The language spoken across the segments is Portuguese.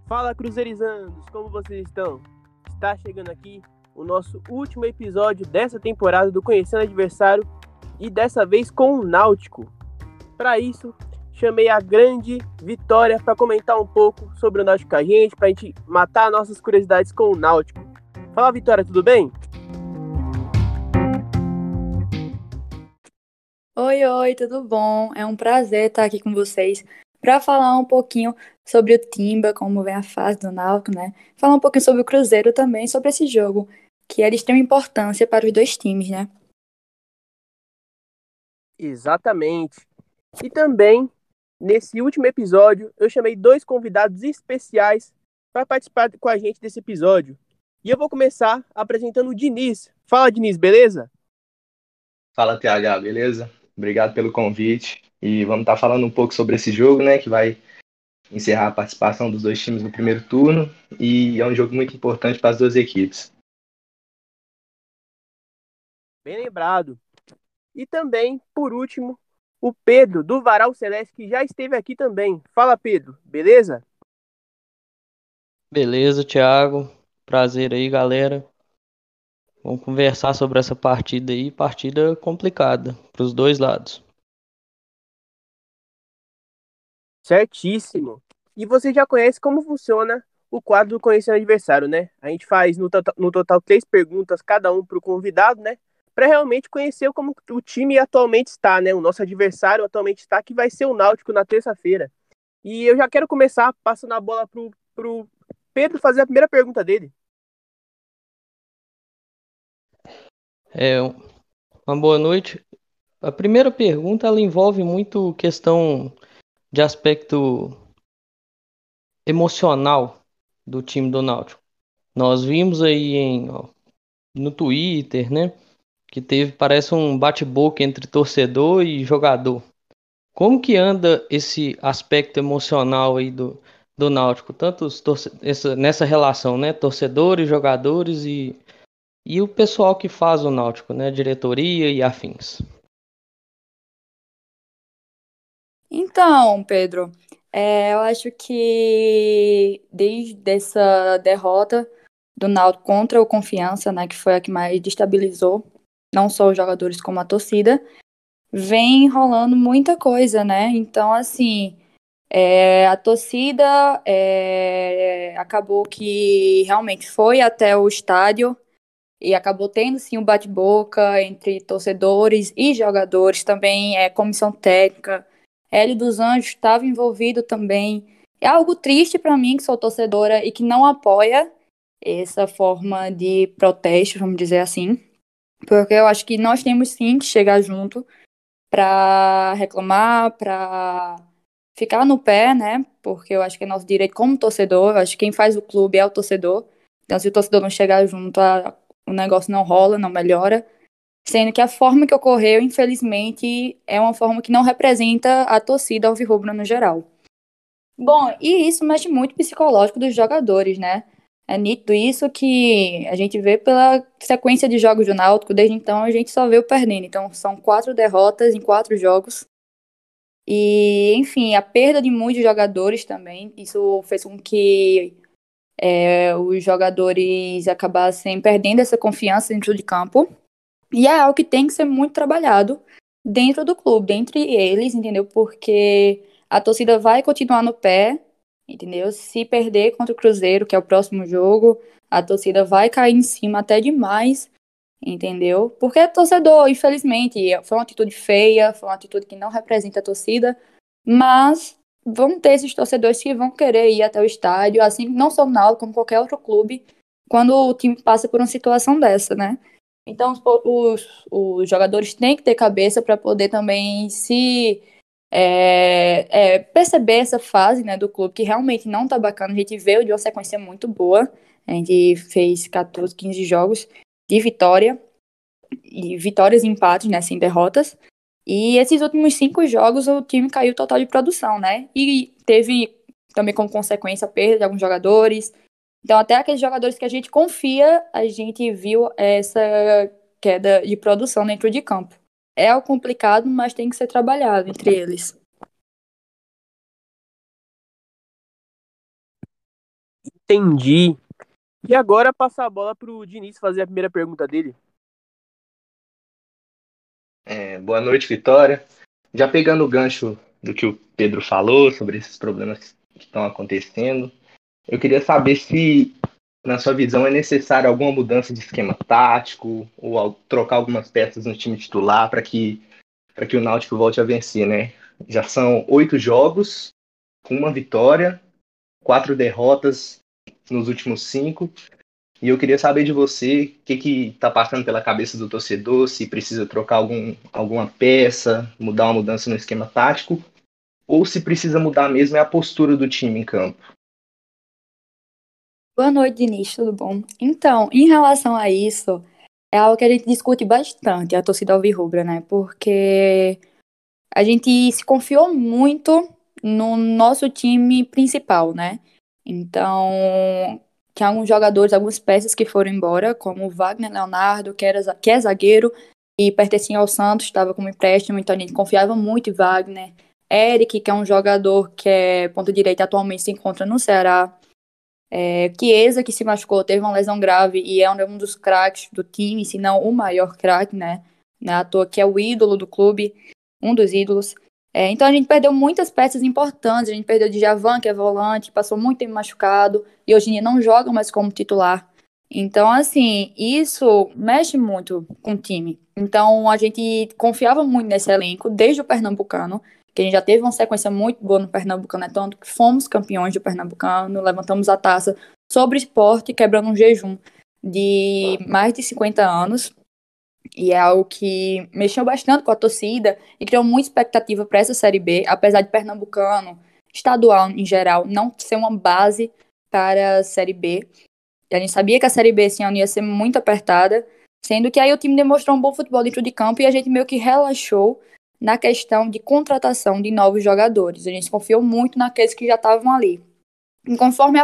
Fala, Cruzeirizandos, como vocês estão? Está chegando aqui o nosso último episódio dessa temporada do Conhecendo Adversário e dessa vez com o Náutico. Para isso, chamei a grande Vitória para comentar um pouco sobre o Náutico com a gente, para a gente matar nossas curiosidades com o Náutico. Fala, Vitória, tudo bem? Oi, tudo bom? É um prazer estar aqui com vocês para falar um pouquinho sobre o Timba, como vem a fase do Náutico, né? Falar um pouquinho sobre o Cruzeiro também, sobre esse jogo, que é de extrema importância para os dois times, né? Exatamente. E também, nesse último episódio, eu chamei dois convidados especiais para participar com a gente desse episódio. E eu vou começar apresentando o Diniz. Fala, Diniz, beleza? Fala, TH, beleza? Obrigado pelo convite. E vamos estar falando um pouco sobre esse jogo, né? Que vai encerrar a participação dos dois times no primeiro turno. E é um jogo muito importante para as duas equipes. Bem lembrado. E também, por último, o Pedro, do Varal Celeste, que já esteve aqui também. Fala, Pedro, beleza? Beleza, Thiago. Prazer aí, galera. Vamos conversar sobre essa partida aí, partida complicada para os dois lados. Certíssimo. E você já conhece como funciona o quadro do Conhecendo Adversário, né? A gente faz no total 3 perguntas, cada um para o convidado, né? Para realmente conhecer como o time atualmente está, né? O nosso adversário atualmente está, que vai ser o Náutico na terça-feira. E eu já quero começar passando a bola pro Pedro fazer a primeira pergunta dele. É uma boa noite. A primeira pergunta ela envolve muito questão de aspecto emocional do time do Náutico. Nós vimos aí no Twitter, né, que teve, parece um bate-boca entre torcedor e jogador. Como que anda esse aspecto emocional aí do Náutico, tanto nessa relação, né, torcedores, jogadores e o pessoal que faz o Náutico, né, diretoria e afins? Então, Pedro, eu acho que desde essa derrota do Náutico contra o Confiança, né, que foi a que mais destabilizou não só os jogadores como a torcida, vem rolando muita coisa, né? Então, assim, a torcida acabou que realmente foi até o estádio e acabou tendo sim um bate-boca entre torcedores e jogadores, também comissão técnica. Hélio dos Anjos estava envolvido também. É algo triste para mim, que sou torcedora e que não apoia essa forma de protesto, vamos dizer assim, porque eu acho que nós temos sim que chegar junto para reclamar, para ficar no pé, né? Porque eu acho que é nosso direito como torcedor. Eu acho que quem faz o clube é o torcedor. Então, se o torcedor não chegar junto, o negócio não rola, não melhora. Sendo que a forma que ocorreu, infelizmente, é uma forma que não representa a torcida alvirrubra no geral. Bom, e isso mexe muito no psicológico dos jogadores, né? É nítido isso que a gente vê pela sequência de jogos do Náutico. Desde então, a gente só vê o perdendo. Então, são 4 derrotas em 4 jogos. E, enfim, a perda de muitos jogadores também. Isso fez com que os jogadores acabassem perdendo essa confiança dentro de campo. E é algo que tem que ser muito trabalhado dentro do clube, entre eles, entendeu? Porque a torcida vai continuar no pé, entendeu? Se perder contra o Cruzeiro, que é o próximo jogo, a torcida vai cair em cima até demais, entendeu? Porque é torcedor, infelizmente, foi uma atitude feia, foi uma atitude que não representa a torcida, mas vão ter esses torcedores que vão querer ir até o estádio, assim, não só o Náutico, como qualquer outro clube, quando o time passa por uma situação dessa, né? Então, os jogadores têm que ter cabeça para poder também se perceber essa fase, né, do clube que realmente não tá bacana. A gente veio de uma sequência muito boa. A gente fez 14, 15 jogos de vitória, e vitórias e empates, né, sem derrotas. E esses últimos 5 jogos o time caiu total de produção, né? E teve também como consequência a perda de alguns jogadores. Então, até aqueles jogadores que a gente confia, a gente viu essa queda de produção dentro de campo. É algo complicado, mas tem que ser trabalhado entre eles. Entendi. E agora passar a bola pro Diniz fazer a primeira pergunta dele. Boa noite, Vitória. Já pegando o gancho do que o Pedro falou sobre esses problemas que estão acontecendo, eu queria saber se, na sua visão, é necessário alguma mudança de esquema tático ou trocar algumas peças no time titular para que o Náutico volte a vencer, né? Já são 8 jogos, com uma vitória, 4 derrotas nos últimos 5. E eu queria saber de você o que está passando pela cabeça do torcedor, se precisa trocar alguma peça, mudar uma mudança no esquema tático, ou se precisa mudar mesmo é a postura do time em campo. Boa noite, Diniz, tudo bom? Então, em relação a isso, é algo que a gente discute bastante, a torcida alvirrubra, né? Porque a gente se confiou muito no nosso time principal, né? Então, tinha alguns jogadores, algumas peças que foram embora, como o Wagner Leonardo, que é zagueiro e pertencia ao Santos, estava como empréstimo, então a gente confiava muito em Wagner. Eric, que é um jogador que é ponta direita, atualmente se encontra no Ceará. Chiesa, que se machucou, teve uma lesão grave e é um dos craques do time, se não o maior craque, né? Não é à toa que é o ídolo do clube, um dos ídolos. Então a gente perdeu muitas peças importantes, a gente perdeu o Djavan, que é volante, passou muito tempo machucado e hoje em dia não joga mais como titular. Então, assim, isso mexe muito com o time. Então a gente confiava muito nesse elenco, desde o Pernambucano, que a gente já teve uma sequência muito boa no Pernambucano, é tanto que fomos campeões do Pernambucano, levantamos a taça sobre o esporte, quebrando um jejum de mais de 50 anos, e é algo que mexeu bastante com a torcida e criou muita expectativa para essa Série B, apesar de Pernambucano, estadual em geral, não ser uma base para a Série B. E a gente sabia que a Série B esse ano ia ser muito apertada, sendo que aí o time demonstrou um bom futebol dentro de campo e a gente meio que relaxou na questão de contratação de novos jogadores. A gente confiou muito naqueles que já estavam ali. E conforme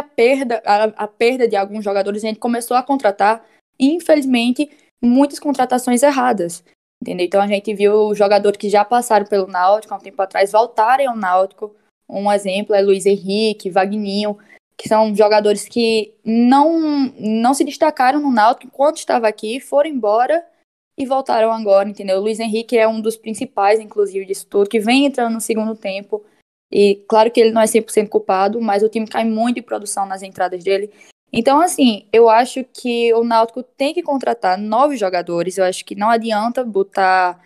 a perda de alguns jogadores, a gente começou a contratar, e infelizmente, muitas contratações erradas. Entendeu? Então a gente viu jogadores que já passaram pelo Náutico há um tempo atrás voltarem ao Náutico. Um exemplo é Luiz Henrique, Vagninho, que são jogadores que não se destacaram no Náutico enquanto estava aqui, foram embora e voltaram agora, entendeu? O Luiz Henrique é um dos principais, inclusive, disso tudo, que vem entrando no segundo tempo. E claro que ele não é 100% culpado, mas o time cai muito de produção nas entradas dele. Então, assim, eu acho que o Náutico tem que contratar novos jogadores. Eu acho que não adianta botar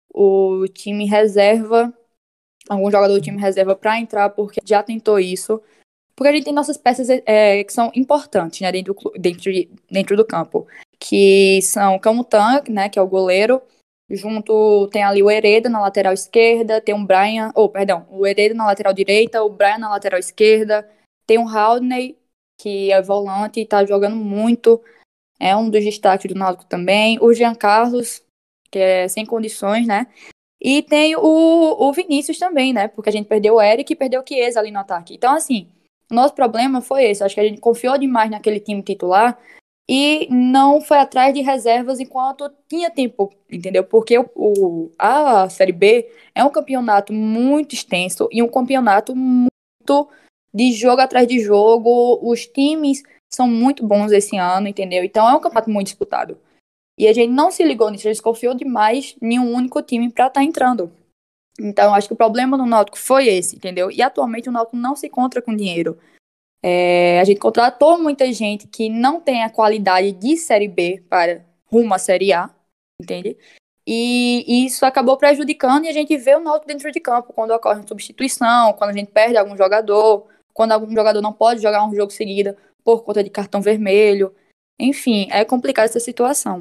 o time reserva, algum jogador do time reserva para entrar, porque já tentou isso. Porque a gente tem nossas peças que são importantes, né, dentro do campo, que são o Camutan, né, que é o goleiro, junto tem ali o Hereda na lateral esquerda, tem o Hereda na lateral direita, o Brian na lateral esquerda, tem o Haldney, que é volante e tá jogando muito, é um dos destaques do Náutico também, o Jean Carlos, que é sem condições, né, e tem o Vinícius também, né, porque a gente perdeu o Eric e perdeu o Chiesa ali no ataque. Então, assim, o nosso problema foi esse. Acho que a gente confiou demais naquele time titular e não foi atrás de reservas enquanto tinha tempo, entendeu? Porque a Série B é um campeonato muito extenso e um campeonato muito de jogo atrás de jogo. Os times são muito bons esse ano, entendeu? Então é um campeonato muito disputado. E a gente não se ligou nisso, a gente confiou demais em um único time para estar entrando. Então, acho que o problema no Náutico foi esse, entendeu? E atualmente o Náutico não se encontra com dinheiro. A gente contratou muita gente que não tem a qualidade de Série B para rumo à Série A, entende? E isso acabou prejudicando e a gente vê o Náutico dentro de campo, quando ocorre uma substituição, quando a gente perde algum jogador, quando algum jogador não pode jogar um jogo seguido por conta de cartão vermelho. Enfim, é complicada essa situação.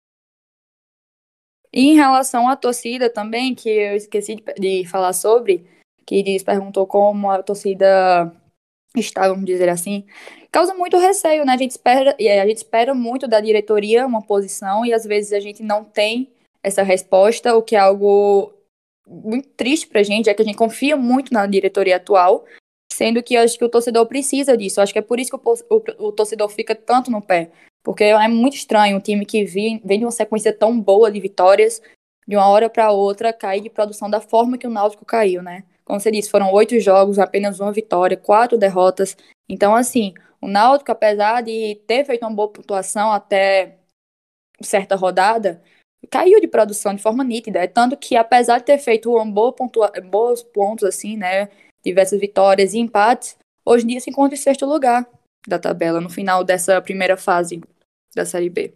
E em relação à torcida também, que eu esqueci de falar sobre, que Diz perguntou como a torcida está, vamos dizer assim, causa muito receio, né? A gente espera muito da diretoria uma posição e às vezes a gente não tem essa resposta, o que é algo muito triste pra gente, é que a gente confia muito na diretoria atual, sendo que eu acho que o torcedor precisa disso. Eu acho que é por isso que o torcedor fica tanto no pé. Porque é muito estranho um time que vem de uma sequência tão boa de vitórias, de uma hora para outra, cair de produção da forma que o Náutico caiu, né? Como você disse, foram 8 jogos, apenas uma vitória, 4 derrotas. Então, assim, O Náutico, apesar de ter feito uma boa pontuação até certa rodada, caiu de produção de forma nítida. É tanto que, apesar de ter feito bons pontos, assim, né, diversas vitórias e empates, hoje em dia se encontra em sexto lugar da tabela, no final dessa primeira fase da Série B.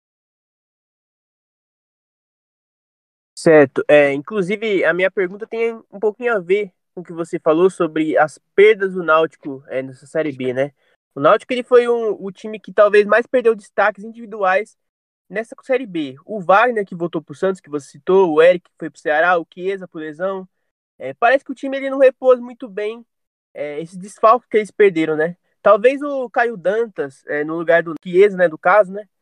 Certo. Inclusive, a minha pergunta tem um pouquinho a ver com o que você falou sobre as perdas do Náutico nessa Série B, né? O Náutico ele foi o time que talvez mais perdeu destaques individuais nessa Série B. O Wagner, que voltou para o Santos, que você citou, o Eric, que foi para o Ceará, o Chiesa, por lesão. Parece que o time ele não repôs muito bem esse desfalque que eles perderam, né? Talvez o Caio Dantas, no lugar do Chiesa, né, do caso, né?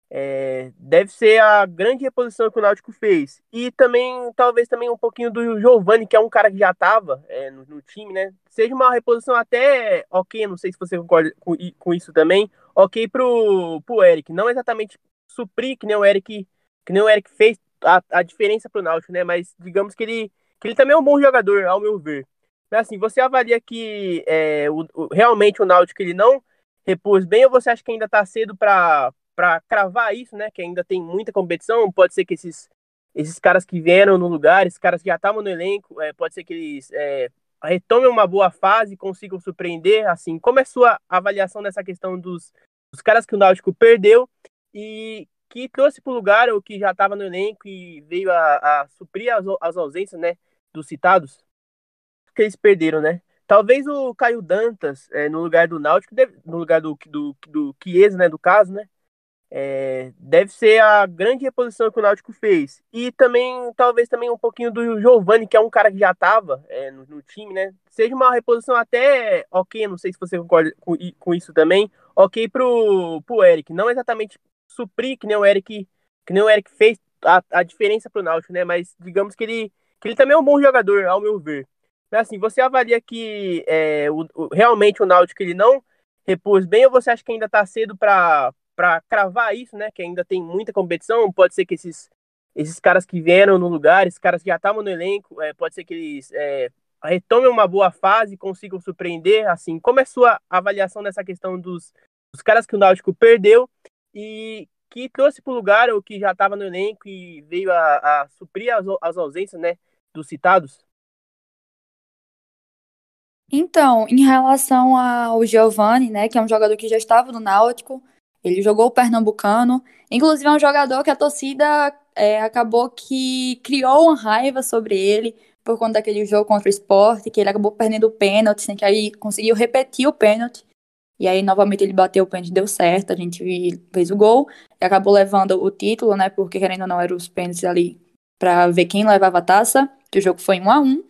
Deve ser a grande reposição que o Náutico fez. E também, talvez também um pouquinho do Giovani, que é um cara que já estava no time, né? Seja uma reposição até ok, não sei se você concorda com isso também, ok pro Eric. Não exatamente suprir, que nem o Eric fez a diferença pro Náutico, né? Mas digamos que ele também é um bom jogador, ao meu ver. Mas assim, você avalia que realmente o Náutico ele não repôs bem, ou você acha que ainda está cedo para cravar isso, né? Que ainda tem muita competição. Pode ser que esses caras que vieram no lugar, esses caras que já estavam no elenco, pode ser que eles retomem uma boa fase, consigam surpreender. Assim, como é a sua avaliação dessa questão dos caras que o Náutico perdeu e que trouxe para o lugar ou que já estava no elenco e veio a suprir as ausências, né? Dos citados que eles perderam, né? Talvez o Caio Dantas, no lugar do Náutico, no lugar do Chiesa, né? Do caso, né? Deve ser a grande reposição que o Náutico fez. E também, talvez também um pouquinho do Giovani, que é um cara que já estava no time, né? Seja uma reposição até ok, não sei se você concorda com isso também, ok pro Eric. Não exatamente suprir, que nem o Eric fez a diferença pro Náutico, né? Mas digamos que ele também é um bom jogador, ao meu ver. Mas assim, você avalia que realmente o Náutico ele não repôs bem, ou você acha que ainda está cedo para cravar isso, né? Que ainda tem muita competição. Pode ser que esses caras que vieram no lugar, esses caras que já estavam no elenco, pode ser que eles retomem uma boa fase, consigam surpreender. Assim, como é a sua avaliação dessa questão dos caras que o Náutico perdeu e que trouxe para o lugar ou que já estava no elenco e veio a suprir as ausências, né? Dos citados? Então, em relação ao Giovani, né, que é um jogador que já estava no Náutico, ele jogou o Pernambucano, inclusive é um jogador que a torcida acabou que criou uma raiva sobre ele por conta daquele jogo contra o Sport, que ele acabou perdendo o pênalti, sem que aí conseguiu repetir o pênalti, e aí novamente ele bateu o pênalti, deu certo, a gente fez o gol, e acabou levando o título, né, porque querendo ou não eram os pênaltis ali para ver quem levava a taça, que o jogo foi 1-1.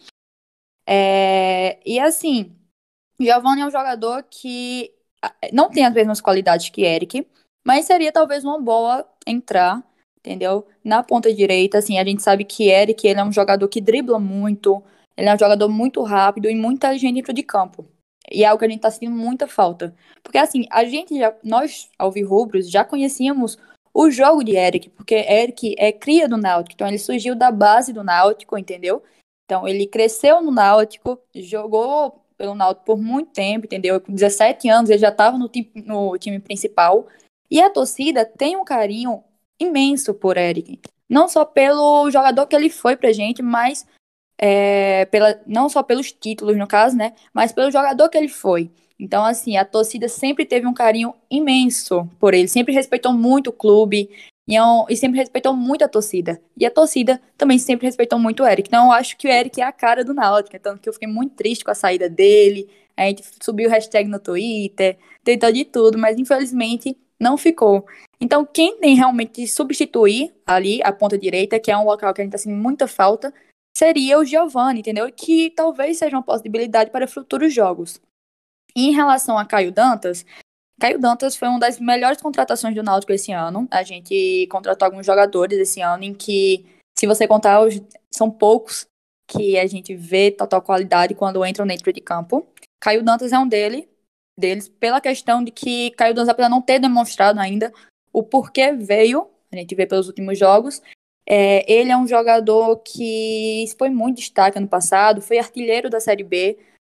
E assim, Giovanni é um jogador que não tem as mesmas qualidades que Eric, mas seria talvez uma boa entrar, entendeu? Na ponta direita, assim, a gente sabe que Eric, ele é um jogador que dribla muito, ele é um jogador muito rápido e muito inteligente dentro de campo. E é algo que a gente tá sentindo muita falta. Porque assim, nós, alvirrubros, já conhecíamos o jogo de Eric, porque Eric é cria do Náutico, então ele surgiu da base do Náutico, entendeu? Então, ele cresceu no Náutico, jogou pelo Náutico por muito tempo, entendeu? Com 17 anos, ele já estava no time principal. E a torcida tem um carinho imenso por Eric. Não só pelo jogador que ele foi pra gente, mas não só pelos títulos, no caso, né? Mas pelo jogador que ele foi. Então, assim, a torcida sempre teve um carinho imenso por ele, sempre respeitou muito o clube e sempre respeitou muito a torcida. E a torcida também sempre respeitou muito o Eric. Então, eu acho que o Eric é a cara do Náutico, tanto que eu fiquei muito triste com a saída dele. A gente subiu o hashtag no Twitter, tentou de tudo, mas infelizmente não ficou. Então, quem tem realmente de substituir ali a ponta direita, que é um local que a gente tá sentindo muita falta, seria o Giovani, entendeu? Que talvez seja uma possibilidade para futuros jogos. E em relação a Caio Dantas foi uma das melhores contratações do Náutico esse ano. A gente contratou alguns jogadores esse ano em que, se você contar, são poucos que a gente vê total qualidade quando entram dentro de campo. Caio Dantas é um deles, pela questão de que Caio Dantas, apesar de não ter demonstrado ainda o porquê veio, a gente vê pelos últimos jogos, ele é um jogador que foi muito destaque ano passado, foi artilheiro da Série B,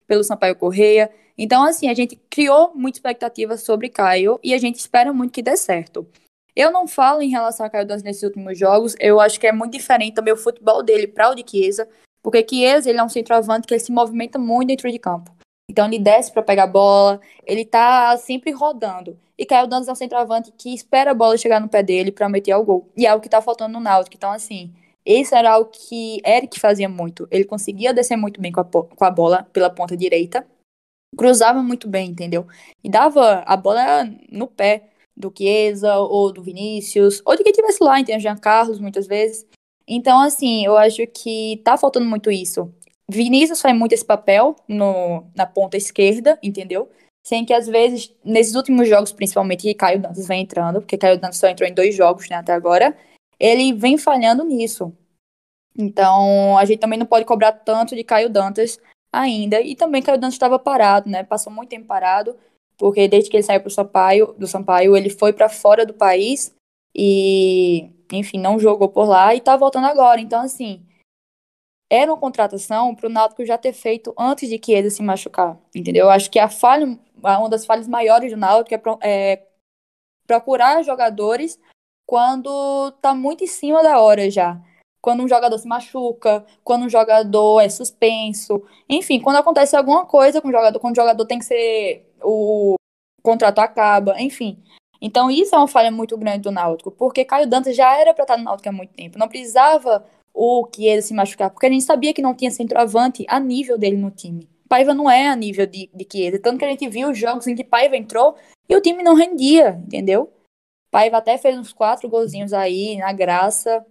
pelo Sampaio Corrêa. Então, assim, a gente criou muita expectativa sobre Caio e a gente espera muito que dê certo. Eu não falo em relação a Caio Dantas nesses últimos jogos, eu acho que é muito diferente também o futebol dele para o de Chiesa, porque Chiesa, ele é um centroavante que ele se movimenta muito dentro de campo. Então ele desce para pegar a bola, ele tá sempre rodando. E Caio Dantas é um centroavante que espera a bola chegar no pé dele para meter ao gol. E é algo que tá faltando no Náutico. Então, assim, esse era algo que Eric fazia muito. Ele conseguia descer muito bem com a bola pela ponta direita, cruzava muito bem, entendeu? E dava a bola no pé do Chiesa ou do Vinícius, ou de quem estivesse lá, entendeu? Jean Carlos, muitas vezes. Então, assim, eu acho que tá faltando muito isso. Vinícius faz muito esse papel na ponta esquerda, entendeu? Sem que, às vezes, nesses últimos jogos, principalmente, que Caio Dantas vem entrando, porque Caio Dantas só entrou em 2 jogos, né, até agora, ele vem falhando nisso. Então, a gente também não pode cobrar tanto de Caio Dantas ainda. E também Caio Dantas estava parado, né? Passou muito tempo parado, porque desde que ele saiu do Sampaio, ele foi para fora do país e, enfim, não jogou por lá e tá voltando agora. Então, assim, era uma contratação para o Náutico já ter feito antes de Chiesa se machucar, entendeu? Eu acho que uma das falhas maiores do Náutico é procurar jogadores quando tá muito em cima da hora já. Quando um jogador se machuca, quando um jogador é suspenso, enfim, quando acontece alguma coisa com o jogador, quando o jogador tem que ser, o contrato acaba, enfim. Então isso é uma falha muito grande do Náutico, porque Caio Dantas já era para estar no Náutico há muito tempo, não precisava o Chiesa se machucar, porque a gente sabia que não tinha centroavante a nível dele no time. Paiva não é a nível de Chiesa, tanto que a gente viu os jogos em que Paiva entrou e o time não rendia, entendeu? Paiva até fez uns 4 golzinhos aí, na graça.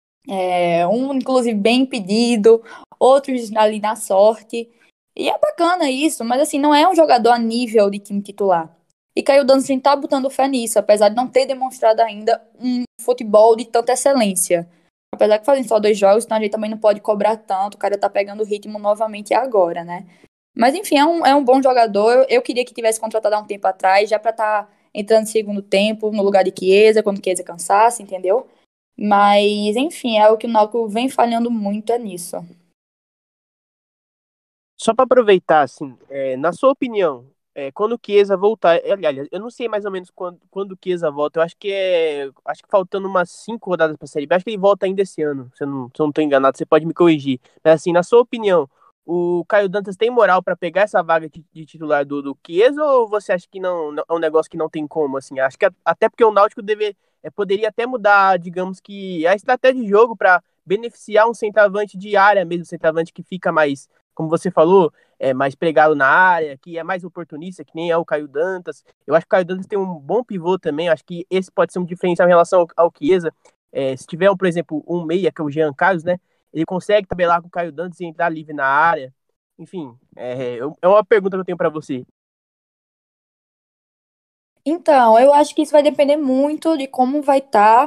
Um, inclusive, bem impedido. Outros ali na sorte. E é bacana isso, mas assim, não é um jogador a nível de time titular. E Caio Dantas tá botando fé nisso, apesar de não ter demonstrado ainda um futebol de tanta excelência. Apesar que fazem só 2 jogos, então a gente também não pode cobrar tanto. O cara tá pegando o ritmo novamente agora, né? Mas enfim, é um bom jogador. Eu queria que tivesse contratado há um tempo atrás, já pra estar entrando no segundo tempo, no lugar de Chiesa, quando Chiesa cansasse, entendeu? Mas, enfim, é o que o Náutico vem falhando muito é nisso. Só para aproveitar, assim, na sua opinião, quando o Chiesa voltar, aliás, eu não sei mais ou menos quando o Chiesa volta, eu acho que faltando umas 5 rodadas para a Série B, acho que ele volta ainda esse ano, se eu não estou enganado, você pode me corrigir. Mas assim, na sua opinião, o Caio Dantas tem moral para pegar essa vaga de titular do Chiesa ou você acha que não é um negócio que não tem como, assim? Acho que até porque o Náutico poderia até mudar, digamos que, a estratégia de jogo para beneficiar um centroavante de área mesmo, centroavante que fica mais, como você falou, mais pregado na área, que é mais oportunista, que nem é o Caio Dantas. Eu acho que o Caio Dantas tem um bom pivô também, acho que esse pode ser um diferencial em relação ao Chiesa. Se tiver, por exemplo, um meia, que é o Jean Carlos, né? Ele consegue tabelar com o Caio Dantas e entrar livre na área. Enfim, é uma pergunta que eu tenho para você. Então, eu acho que isso vai depender muito de como vai estar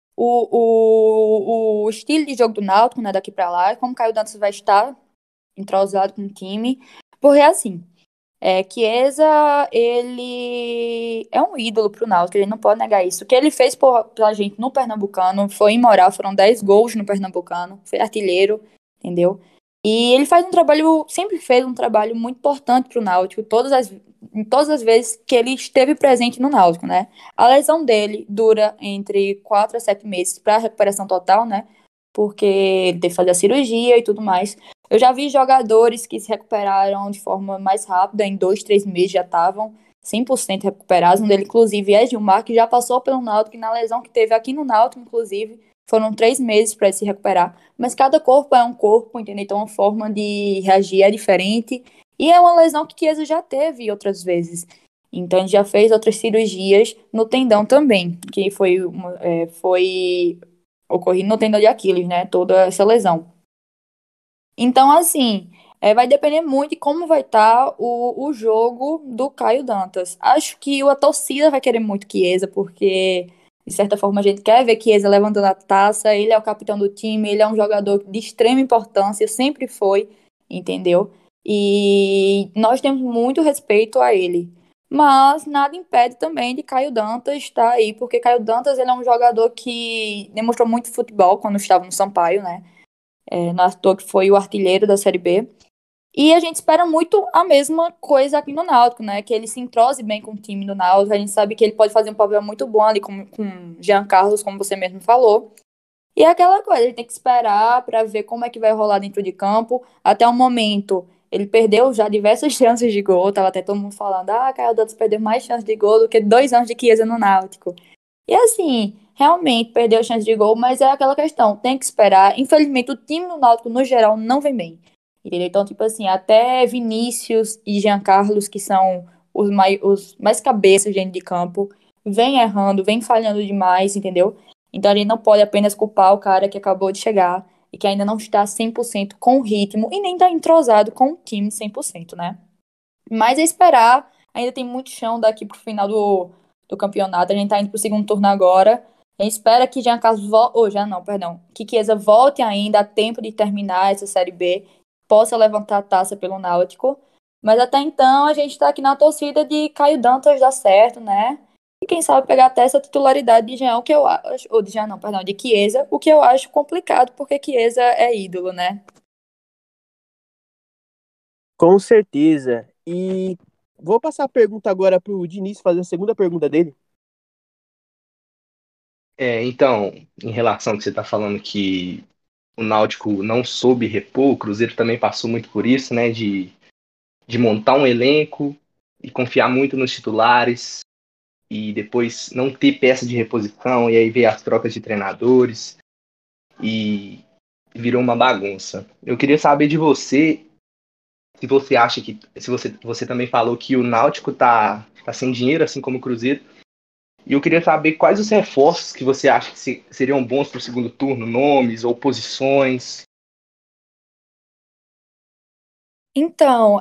o estilo de jogo do Náutico, né, daqui para lá, e como o Caio Dantas vai estar entrosado com o time. Porque, assim, Chiesa, ele é um ídolo pro Náutico, ele não pode negar isso. O que ele fez pela gente no Pernambucano foi imoral, foram 10 gols no Pernambucano, foi artilheiro, entendeu? E ele sempre fez um trabalho muito importante pro Náutico, em todas as vezes que ele esteve presente no Náutico, né? A lesão dele dura entre 4 a 7 meses para recuperação total, né? Porque ele teve que fazer a cirurgia e tudo mais. Eu já vi jogadores que se recuperaram de forma mais rápida, em 2, 3 meses já estavam 100% recuperados. Um dele, inclusive, é Gilmar, que já passou pelo Náutico, e na lesão que teve aqui no Náutico, inclusive, foram 3 meses para ele se recuperar. Mas cada corpo é um corpo, entendeu? Então a forma de reagir é diferente. E é uma lesão que Chiesa já teve outras vezes. Então ele já fez outras cirurgias no tendão também, que foi ocorrido no tendão de Aquiles, né? Toda essa lesão. Então, assim, vai depender muito de como vai estar o jogo do Caio Dantas. Acho que a torcida vai querer muito Chiesa, porque, de certa forma, a gente quer ver Chiesa levantando a taça. Ele é o capitão do time, ele é um jogador de extrema importância, sempre foi, entendeu? E nós temos muito respeito a ele. Mas nada impede também de Caio Dantas estar aí, porque Caio Dantas ele é um jogador que demonstrou muito futebol quando estava no Sampaio, né? Não à toa que foi o artilheiro da Série B. E a gente espera muito a mesma coisa aqui no Náutico, né? Que ele se entrose bem com o time do Náutico. A gente sabe que ele pode fazer um papel muito bom ali com Jean Carlos, como você mesmo falou. E é aquela coisa, ele tem que esperar para ver como é que vai rolar dentro de campo. Até o momento, ele perdeu já diversas chances de gol. Tava até todo mundo falando, Caio Dantas perdeu mais chances de gol do que 2 anos de Chiesa no Náutico. E assim, realmente perdeu chance de gol, mas é aquela questão, tem que esperar. Infelizmente, o time do Náutico, no geral, não vem bem. Entendeu? Então, tipo assim, até Vinícius e Jean Carlos, que são os mais cabeças dentro de campo, vem errando, vem falhando demais, entendeu? Então a gente não pode apenas culpar o cara que acabou de chegar e que ainda não está 100% com o ritmo e nem está entrosado com o time 100%, né? Mas é esperar, ainda tem muito chão daqui pro final do campeonato. A gente tá indo pro segundo turno agora. A gente espera que Jean Carlos que Chiesa volte ainda a tempo de terminar essa Série B, possa levantar a taça pelo Náutico. Mas até então a gente tá aqui na torcida de Caio Dantas dar certo, né? E quem sabe pegar até essa titularidade de Jean, o que eu acho, ou de Jean não, perdão, de Chiesa, o que eu acho complicado, porque Chiesa é ídolo, né? Com certeza. E vou passar a pergunta agora pro Diniz fazer a segunda pergunta dele. Então, em relação ao que você está falando que o Náutico não soube repor, o Cruzeiro também passou muito por isso, né? De montar um elenco e confiar muito nos titulares e depois não ter peça de reposição e aí ver as trocas de treinadores e virou uma bagunça. Eu queria saber de você se você acha que, se você também falou que o Náutico tá sem dinheiro, assim como o Cruzeiro, e eu queria saber quais os reforços que você acha que seriam bons para o segundo turno, nomes ou posições. Então,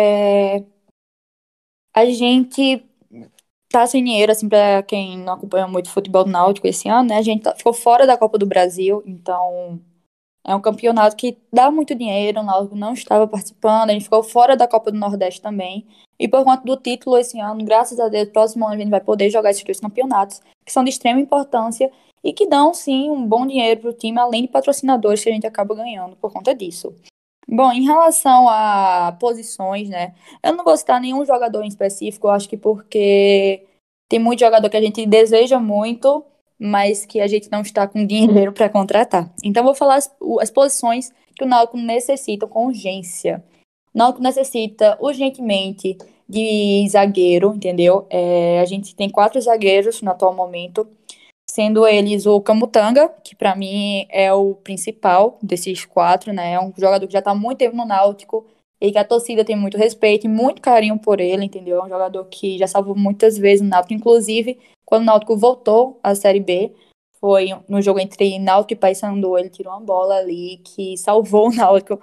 a gente tá sem dinheiro, assim, pra quem não acompanha muito o futebol do Náutico esse ano, né? A gente ficou fora da Copa do Brasil, então é um campeonato que dá muito dinheiro, o Náutico não estava participando, a gente ficou fora da Copa do Nordeste também. E por conta do título esse ano, graças a Deus, próximo ano a gente vai poder jogar esses dois campeonatos, que são de extrema importância e que dão, sim, um bom dinheiro pro time, além de patrocinadores que a gente acaba ganhando por conta disso. Bom, em relação a posições, né? Eu não vou citar nenhum jogador em específico, eu acho que porque tem muito jogador que a gente deseja muito, mas que a gente não está com dinheiro para contratar. Então, eu vou falar as posições que o Náutico necessita com urgência. O Náutico necessita urgentemente de zagueiro, entendeu? A gente tem 4 zagueiros no atual momento, sendo eles o Camutanga, que para mim é o principal desses 4, né? É um jogador que já tá há muito tempo no Náutico e que a torcida tem muito respeito e muito carinho por ele, entendeu? É um jogador que já salvou muitas vezes o Náutico, inclusive quando o Náutico voltou à Série B, foi no jogo entre Náutico e Paysandu, ele tirou uma bola ali que salvou o Náutico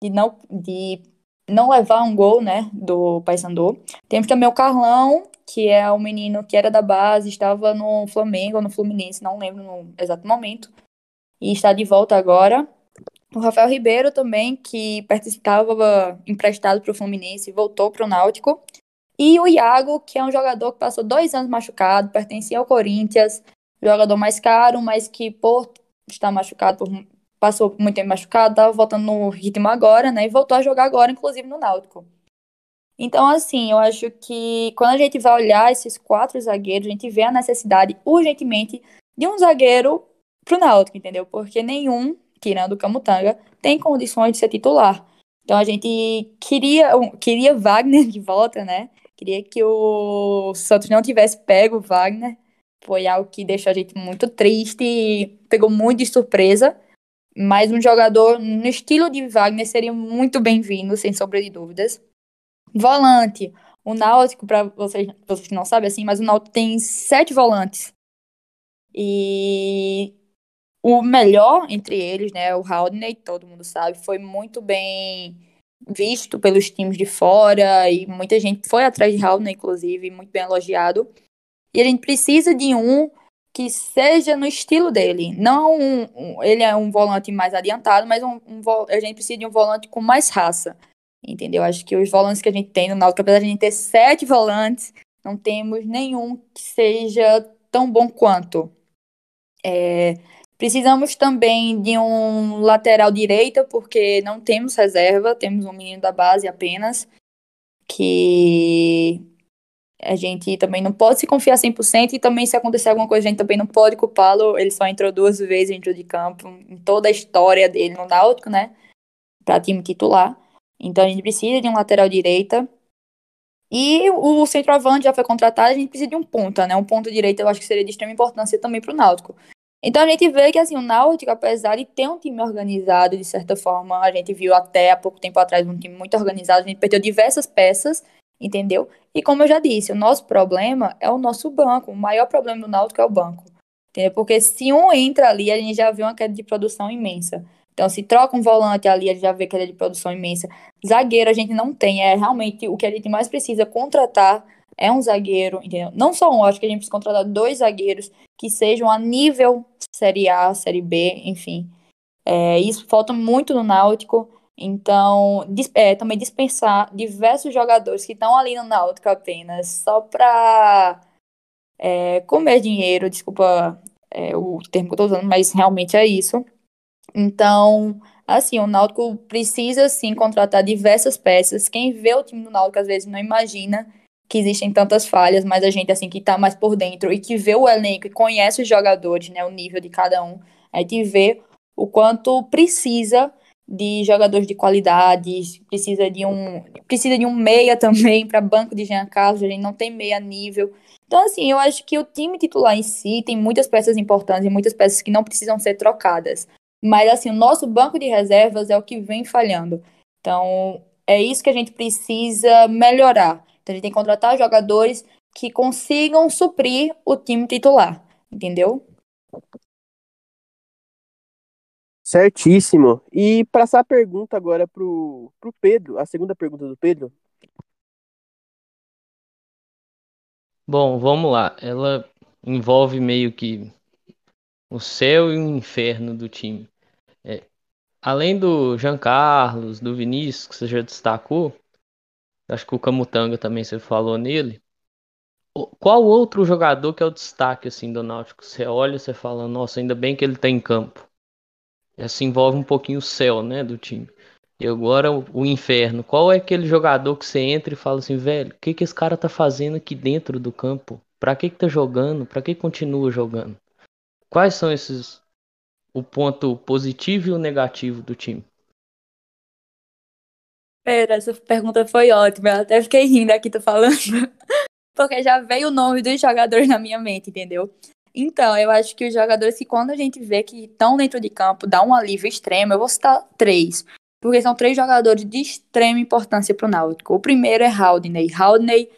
de não levar um gol, né, do Paysandu. Temos também o Carlão, que é um menino que era da base, estava no Flamengo ou no Fluminense, não lembro no exato momento, e está de volta agora. O Rafael Ribeiro também, que estava emprestado para o Fluminense e voltou para o Náutico. E o Iago, que é um jogador que passou 2 anos machucado, pertencia ao Corinthians, jogador mais caro, mas que por estar machucado, passou muito tempo machucado, estava voltando no ritmo agora, né? E voltou a jogar agora, inclusive no Náutico. Então, assim, eu acho que quando a gente vai olhar esses 4 zagueiros, a gente vê a necessidade urgentemente de um zagueiro pro Náutico, entendeu? Porque nenhum, tirando o Camutanga, tem condições de ser titular. Então a gente queria Wagner de volta, né? Queria que o Santos não tivesse pego o Wagner. Foi algo que deixou a gente muito triste e pegou muito de surpresa. Mas um jogador no estilo de Wagner seria muito bem-vindo, sem sombra de dúvidas. Volante. O Náutico, para vocês que não sabem assim, mas o Náutico tem 7 volantes. E o melhor entre eles, né, o Haldney, todo mundo sabe, foi muito bem visto pelos times de fora e muita gente foi atrás de Haldney, inclusive, muito bem elogiado. E a gente precisa de um que seja no estilo dele. Não ele é um volante mais adiantado, mas a gente precisa de um volante com mais raça. Entendeu? Acho que os volantes que a gente tem no Náutico, apesar de a gente ter 7 volantes, não temos nenhum que seja tão bom quanto. Precisamos também de um lateral direita, porque não temos reserva, temos um menino da base apenas, que a gente também não pode se confiar 100% e também se acontecer alguma coisa a gente também não pode culpá-lo. Ele só entrou 2 vezes dentro de campo em toda a história dele no Náutico, né? Para time titular. Então a gente precisa de um lateral direita. E o centroavante já foi contratado, a gente precisa de um ponta, né? Um ponta direita eu acho que seria de extrema importância também para o Náutico. Então a gente vê que assim, o Náutico, apesar de ter um time organizado, de certa forma, a gente viu até há pouco tempo atrás um time muito organizado, a gente perdeu diversas peças, entendeu? E como eu já disse, o nosso problema é o nosso banco. O maior problema do Náutico é o banco, entendeu? Porque se um entra ali, a gente já vê uma queda de produção imensa. Então, se troca um volante ali, a gente já vê queda de produção imensa. Zagueiro a gente não tem, é realmente o que a gente mais precisa contratar é um zagueiro, entendeu? Não só um, acho que a gente precisa contratar 2 zagueiros que sejam a nível Série A, Série B, enfim. Isso falta muito no Náutico. Então, também dispensar diversos jogadores que estão ali no Náutico apenas só para comer dinheiro, desculpa o termo que eu estou usando, mas realmente é isso. Então, assim, o Náutico precisa sim contratar diversas peças. Quem vê o time do Náutico às vezes não imagina que existem tantas falhas, mas a gente assim que tá mais por dentro e que vê o elenco e conhece os jogadores, né, o nível de cada um, a gente vê o quanto precisa de jogadores de qualidade, precisa de um meia também para banco de Jean Carlos, a gente não tem meia nível. Então, assim, eu acho que o time titular em si tem muitas peças importantes e muitas peças que não precisam ser trocadas. Mas, assim, o nosso banco de reservas é o que vem falhando. Então, é isso que a gente precisa melhorar. Então, a gente tem que contratar jogadores que consigam suprir o time titular. Entendeu? Certíssimo. E passar a pergunta agora pro Pedro, a segunda pergunta do Pedro. Bom, vamos lá. Ela envolve meio que o céu e o inferno do time. É, além do Jean Carlos, do Vinícius, que você já destacou, acho que o Camutanga também você falou nele. Qual outro jogador que é o destaque assim do Náutico? Você olha, você fala, nossa, ainda bem que ele tá em campo. Essa envolve um pouquinho o céu, né, do time. E agora o inferno. Qual é aquele jogador que você entra e fala assim, velho, o que que esse cara tá fazendo aqui dentro do campo? Pra que tá jogando? Pra que continua jogando? Quais são o ponto positivo e o negativo do time? Pedro, essa pergunta foi ótima. Eu até fiquei rindo aqui, tô falando. Porque já veio o nome dos jogadores na minha mente, entendeu? Então, eu acho que os jogadores que quando a gente vê que estão dentro de campo, dá um alívio extremo. Eu vou citar 3, porque são 3 jogadores de extrema importância para o Náutico. O primeiro é Haldney. Haldney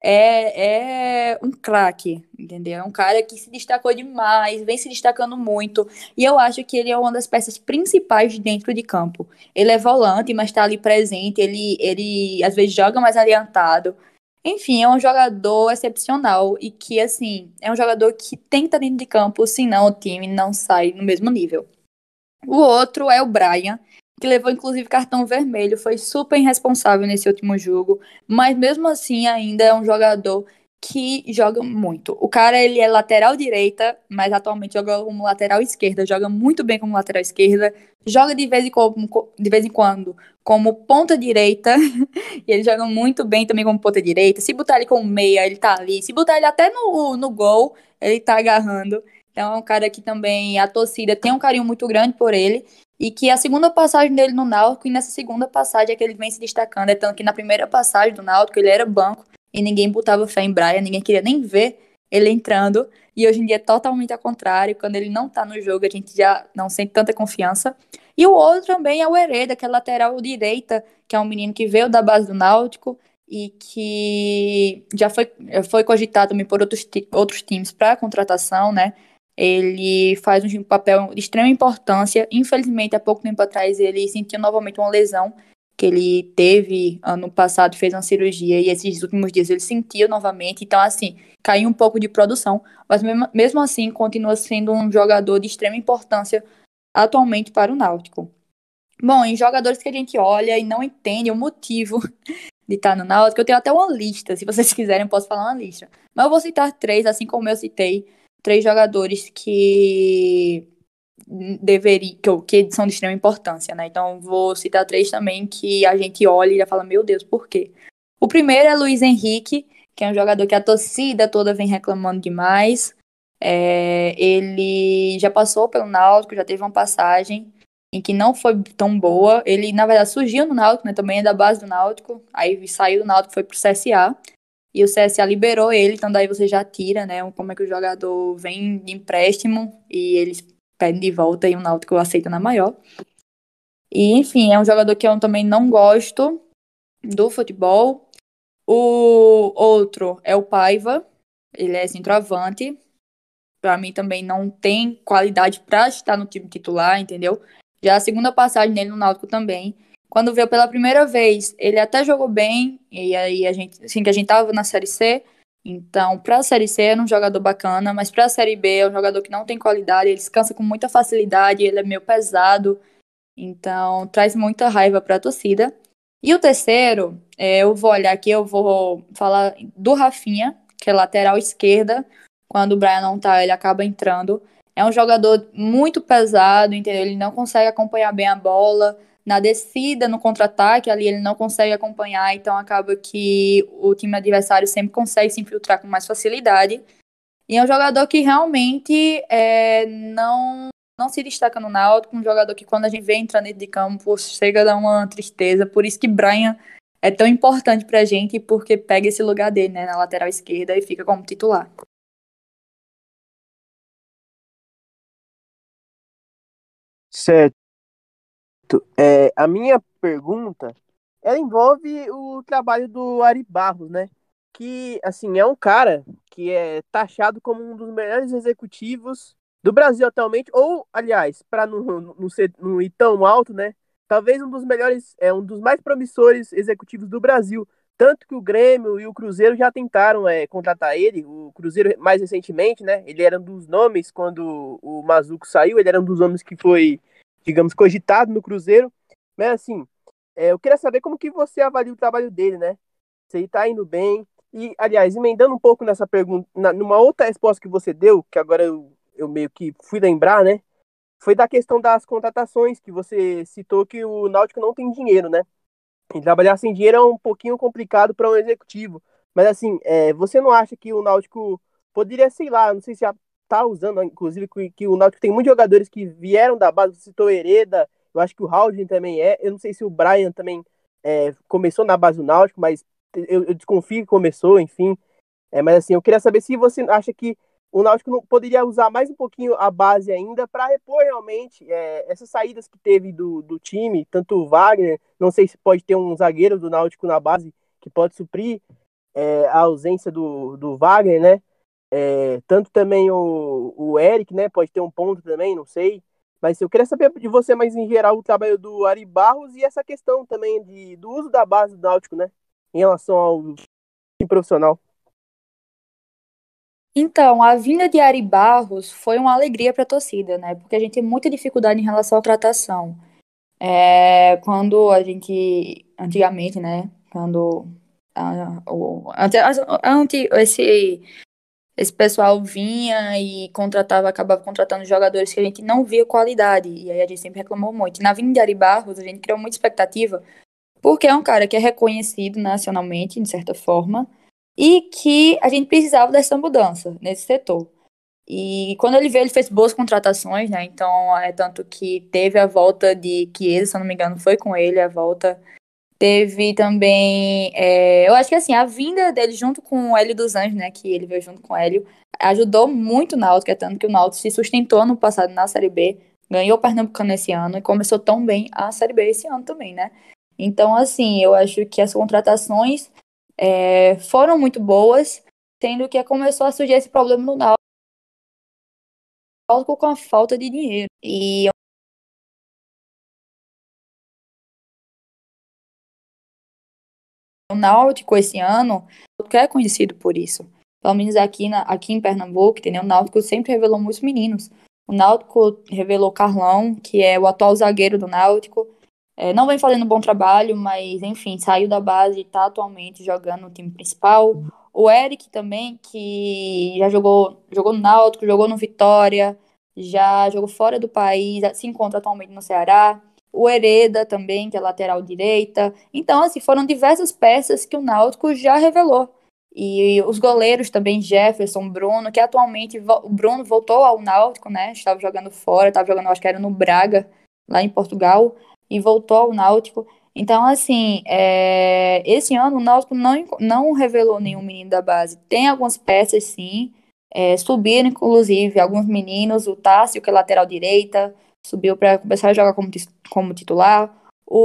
é um craque, entendeu? É um cara que se destacou demais, vem se destacando muito, e eu acho que ele é uma das peças principais dentro de campo. Ele é volante, mas está ali presente, ele às vezes joga mais adiantado. Enfim, é um jogador excepcional e que, assim, é um jogador que tem que estar dentro de campo, senão o time não sai no mesmo nível. O outro é o Brian, que levou inclusive cartão vermelho, foi super irresponsável nesse último jogo, mas mesmo assim ainda é um jogador que joga muito. O cara, ele é lateral direita, mas atualmente joga como lateral esquerda, joga muito bem como lateral esquerda, joga de vez em quando como ponta direita, e ele joga muito bem também como ponta direita. Se botar ele como meia, ele tá ali. Se botar ele até no gol, ele tá agarrando. Então é um cara que também a torcida tem um carinho muito grande por ele. E que a segunda passagem dele no Náutico, e nessa segunda passagem é que ele vem se destacando. É tanto que na primeira passagem do Náutico ele era banco e ninguém botava fé em Brian, ninguém queria nem ver ele entrando. E hoje em dia é totalmente ao contrário. Quando ele não tá no jogo, a gente já não sente tanta confiança. E o outro também é o Hereda, que é lateral direita, que é um menino que veio da base do Náutico e que já foi cogitado também por outros times para contratação, né? Ele faz um papel de extrema importância. Infelizmente, há pouco tempo atrás, ele sentiu novamente uma lesão que ele teve ano passado, fez uma cirurgia, e esses últimos dias ele sentiu novamente. Então, assim, caiu um pouco de produção, mas mesmo assim, continua sendo um jogador de extrema importância atualmente para o Náutico. Bom, em jogadores que a gente olha e não entende o motivo de estar no Náutico, eu tenho até uma lista, se vocês quiserem eu posso falar uma lista. Mas eu vou citar 3, assim como eu citei, 3 jogadores que que são de extrema importância, né? Então, vou citar 3 também que a gente olha e já fala, meu Deus, por quê? O primeiro é Luiz Henrique, que é um jogador que a torcida toda vem reclamando demais. Ele já passou pelo Náutico, já teve uma passagem em que não foi tão boa. Ele, na verdade, surgiu no Náutico, né? Também é da base do Náutico. Aí saiu do Náutico, foi pro CSA. E o CSA liberou ele, então daí você já tira, né? Como é que o jogador vem de empréstimo e eles pedem de volta e o Náutico aceita na maior. E, enfim, é um jogador que eu também não gosto do futebol. O outro é o Paiva, ele é centroavante. Pra mim também não tem qualidade pra estar no time titular, entendeu? Já a segunda passagem dele no Náutico também. Quando veio pela primeira vez, ele até jogou bem, e aí a gente, assim, que a gente tava na Série C, então pra Série C era um jogador bacana, mas pra Série B é um jogador que não tem qualidade, ele se cansa com muita facilidade, ele é meio pesado, então traz muita raiva pra torcida. E o terceiro, eu vou olhar aqui, eu vou falar do Rafinha, que é lateral esquerda. Quando o Brian não tá, ele acaba entrando. É um jogador muito pesado, entendeu? Ele não consegue acompanhar bem a bola. Na descida, no contra-ataque, ali ele não consegue acompanhar, então acaba que o time adversário sempre consegue se infiltrar com mais facilidade. E é um jogador que realmente não se destaca no Náutico, um jogador que quando a gente vê entrando dentro de campo, chega a dar uma tristeza. Por isso que Brian é tão importante pra gente, porque pega esse lugar dele, né, na lateral esquerda e fica como titular. Certo. A minha pergunta, ela envolve o trabalho do Ari Barros, né? Que, assim, é um cara que é taxado como um dos melhores executivos do Brasil atualmente, ou, aliás, para não ir tão alto, né? Talvez um dos melhores, um dos mais promissores executivos do Brasil. Tanto que o Grêmio e o Cruzeiro já tentaram contratar ele. O Cruzeiro, mais recentemente, né? Ele era um dos nomes, quando o Mazuco saiu, ele era um dos nomes que foi, digamos, cogitado no Cruzeiro. Mas, assim, eu queria saber como que você avalia o trabalho dele, né? Se ele tá indo bem. E, aliás, emendando um pouco nessa pergunta, numa outra resposta que você deu, que agora eu meio que fui lembrar, né? Foi da questão das contratações, que você citou que o Náutico não tem dinheiro, né? E trabalhar sem dinheiro é um pouquinho complicado para um executivo. Mas, assim, você não acha que o Náutico poderia, sei lá, não sei se já tá usando, inclusive, que o Náutico tem muitos jogadores que vieram da base, você citou Hereda, eu acho que o Haldin também eu não sei se o Brian também começou na base do Náutico, mas eu desconfio que começou, enfim. Mas assim, eu queria saber se você acha que o Náutico não poderia usar mais um pouquinho a base ainda para repor realmente essas saídas que teve do time, tanto o Wagner, não sei se pode ter um zagueiro do Náutico na base que pode suprir a ausência do Wagner, né? Tanto também o Eric, né? Pode ter um ponto também, não sei. Mas eu queria saber de você, mais em geral, o trabalho do Ari Barros e essa questão também do uso da base do Náutico, né? Em relação ao time profissional. Então, a vinda de Ari Barros foi uma alegria para a torcida, né? Porque a gente tem muita dificuldade em relação à contratação. Quando a gente, antigamente, né? Quando esse pessoal vinha e acabava contratando jogadores que a gente não via qualidade. E aí a gente sempre reclamou muito. E na vinda de Ari Barros, a gente criou muita expectativa, porque é um cara que é reconhecido nacionalmente, de certa forma, e que a gente precisava dessa mudança nesse setor. E quando ele veio, ele fez boas contratações, né? Então, tanto que teve a volta de Chiesa, se eu não me engano, foi com ele a volta. Teve também, eu acho que assim, a vinda dele junto com o Hélio dos Anjos, né? Que ele veio junto com o Hélio, ajudou muito o Náutico, tanto que o Náutico se sustentou no passado na Série B, ganhou o Pernambucano esse ano e começou tão bem a Série B esse ano também, né? Então, assim, eu acho que as contratações foram muito boas, sendo que começou a surgir esse problema no Náutico com a falta de dinheiro. E o Náutico esse ano, que é conhecido por isso. Pelo menos aqui em Pernambuco, entendeu? O Náutico sempre revelou muitos meninos. O Náutico revelou Carlão, que é o atual zagueiro do Náutico. Não vem fazendo um bom trabalho, mas enfim, saiu da base e está atualmente jogando no time principal. O Eric também, que já jogou no Náutico, jogou no Vitória, já jogou fora do país, se encontra atualmente no Ceará. O Hereda também, que é lateral direita. Então, assim, foram diversas peças que o Náutico já revelou. E os goleiros também, Jefferson, Bruno, que atualmente o Bruno voltou ao Náutico, né? Estava jogando fora, estava jogando, acho que era no Braga, lá em Portugal, e voltou ao Náutico. Então, assim, esse ano o Náutico não revelou nenhum menino da base. Tem algumas peças, sim. Subiram, inclusive, alguns meninos, o Tássio, que é lateral direita, subiu para começar a jogar como titular.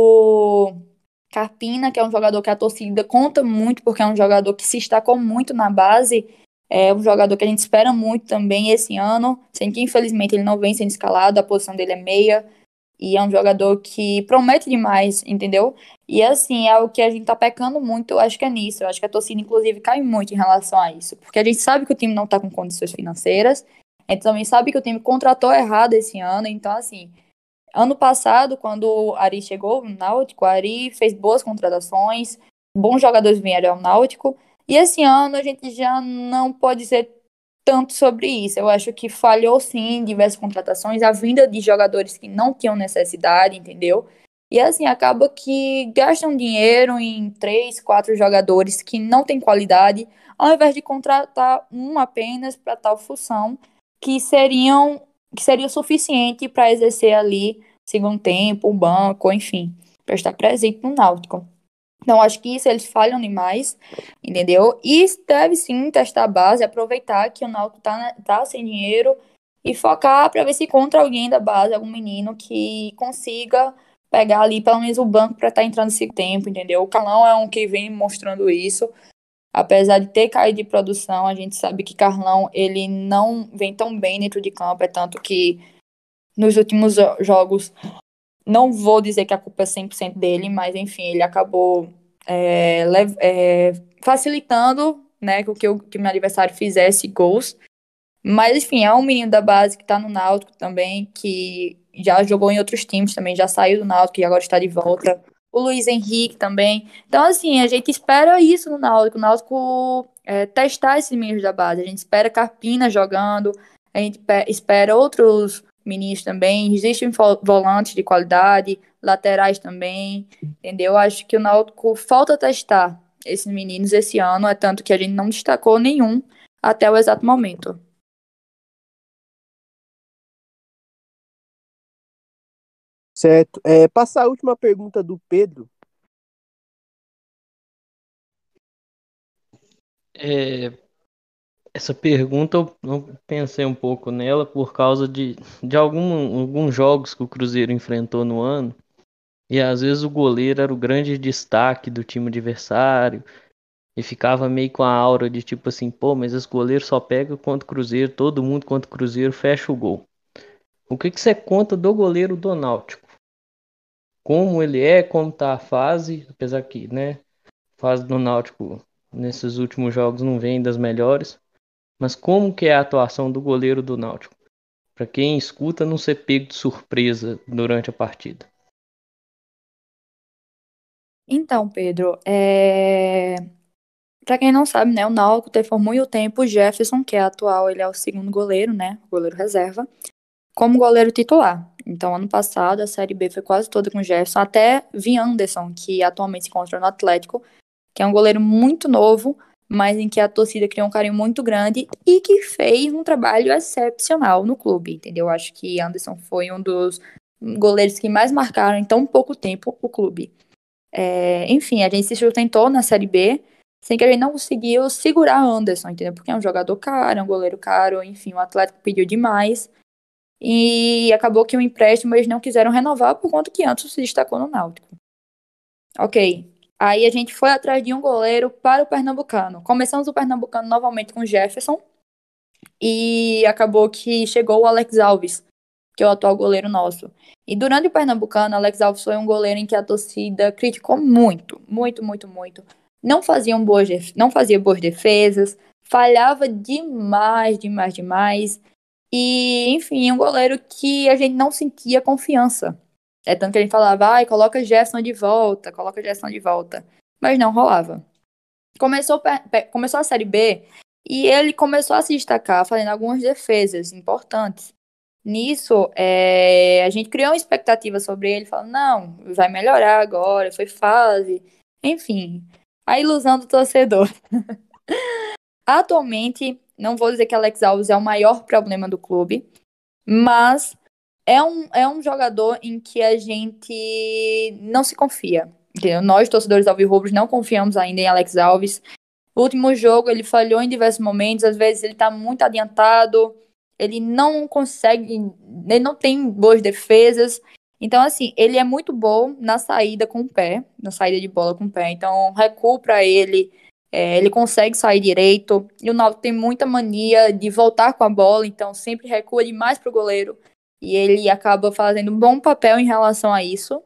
O Carpina, que é um jogador que a torcida conta muito, porque é um jogador que se destacou muito na base, é um jogador que a gente espera muito também esse ano, sendo que infelizmente ele não vem sendo escalado, a posição dele é meia, e é um jogador que promete demais, entendeu? E assim, é o que a gente tá pecando muito, eu acho que é nisso, eu acho que a torcida inclusive cai muito em relação a isso, porque a gente sabe que o time não tá com condições financeiras, a gente também sabe que o time contratou errado esse ano, então assim, ano passado, quando o Ari chegou no Náutico, o Ari fez boas contratações, bons jogadores vieram ao Náutico, e esse ano a gente já não pode dizer tanto sobre isso. Eu acho que falhou sim em diversas contratações, a vinda de jogadores que não tinham necessidade, entendeu? E assim, acaba que gastam dinheiro em 3, 4 jogadores que não têm qualidade, ao invés de contratar um apenas para tal função, que seriam que seria o suficiente para exercer ali segundo tempo, o banco, enfim, para estar presente no Náutico. Então, acho que isso eles falham demais, entendeu? E deve sim testar a base, aproveitar que o Náutico tá sem dinheiro e focar para ver se encontra alguém da base, algum menino que consiga pegar ali pelo menos o banco para estar entrando esse tempo, entendeu? O Carlão é um que vem mostrando isso. Apesar de ter caído de produção, a gente sabe que Carlão, ele não vem tão bem dentro de campo, é tanto que nos últimos jogos, não vou dizer que a culpa é 100% dele, mas enfim, ele acabou facilitando, né, que o meu adversário fizesse gols. Mas enfim, é um menino da base que tá no Náutico também, que já jogou em outros times também, já saiu do Náutico e agora está de volta. O Luiz Henrique também. Então, assim, a gente espera isso no Náutico. O Náutico testar esses meninos da base. A gente espera Carpina jogando, a gente espera outros meninos também. Existem volantes de qualidade, laterais também, entendeu? Acho que o Náutico falta testar esses meninos esse ano, é tanto que a gente não destacou nenhum até o exato momento. Certo. Passar a última pergunta do Pedro. Essa pergunta eu pensei um pouco nela por causa de alguns jogos que o Cruzeiro enfrentou no ano. E às vezes o goleiro era o grande destaque do time adversário. E ficava meio com a aura de tipo assim, pô, mas esse goleiro só pega contra o Cruzeiro, todo mundo contra o Cruzeiro fecha o gol. O que você conta do goleiro do Náutico? Como ele é, como tá a fase, apesar que, né, a fase do Náutico nesses últimos jogos não vem das melhores, mas como que é a atuação do goleiro do Náutico? Para quem escuta não ser pego de surpresa durante a partida. Então, Pedro, para quem não sabe, né, o Náutico teve por muito tempo o Jefferson, que é atual, ele é o segundo goleiro, né, goleiro reserva, como goleiro titular. Então, ano passado, a Série B foi quase toda com o Jefferson, até Vin Anderson, que atualmente se encontra no Atlético, que é um goleiro muito novo, mas em que a torcida criou um carinho muito grande e que fez um trabalho excepcional no clube, entendeu? Acho que Anderson foi um dos goleiros que mais marcaram em tão pouco tempo o clube. Enfim, a gente se sustentou na Série B, sem que a gente não conseguiu segurar Anderson, entendeu? Porque é um jogador caro, é um goleiro caro, enfim, o Atlético pediu demais. E acabou que o empréstimo eles não quiseram renovar por conta que Anderson se destacou no Náutico. Ok. Aí a gente foi atrás de um goleiro para o Pernambucano. Começamos o Pernambucano novamente com o Jefferson. E acabou que chegou o Alex Alves, que é o atual goleiro nosso. E durante o Pernambucano, Alex Alves foi um goleiro em que a torcida criticou muito, muito, muito, muito. Não fazia boas defesas, falhava demais, demais, demais. E, enfim, um goleiro que a gente não sentia confiança. É tanto que a gente falava, ai, coloca Jefferson de volta, coloca Jefferson de volta. Mas não rolava. Começou a Série B e ele começou a se destacar, fazendo algumas defesas importantes. Nisso, a gente criou uma expectativa sobre ele, falando, não, vai melhorar agora, foi fase. Enfim, a ilusão do torcedor. Atualmente, não vou dizer que Alex Alves é o maior problema do clube, mas é um jogador em que a gente não se confia. Entendeu? Nós, torcedores alvirrubros, não confiamos ainda em Alex Alves. O último jogo, ele falhou em diversos momentos, às vezes ele tá muito adiantado, ele não consegue, ele não tem boas defesas. Então, assim, ele é muito bom na saída com o pé, na saída de bola com o pé. Então, recuo pra ele, ele consegue sair direito. E o Náutico tem muita mania de voltar com a bola, então sempre recua demais pro goleiro. E ele acaba fazendo um bom papel em relação a isso.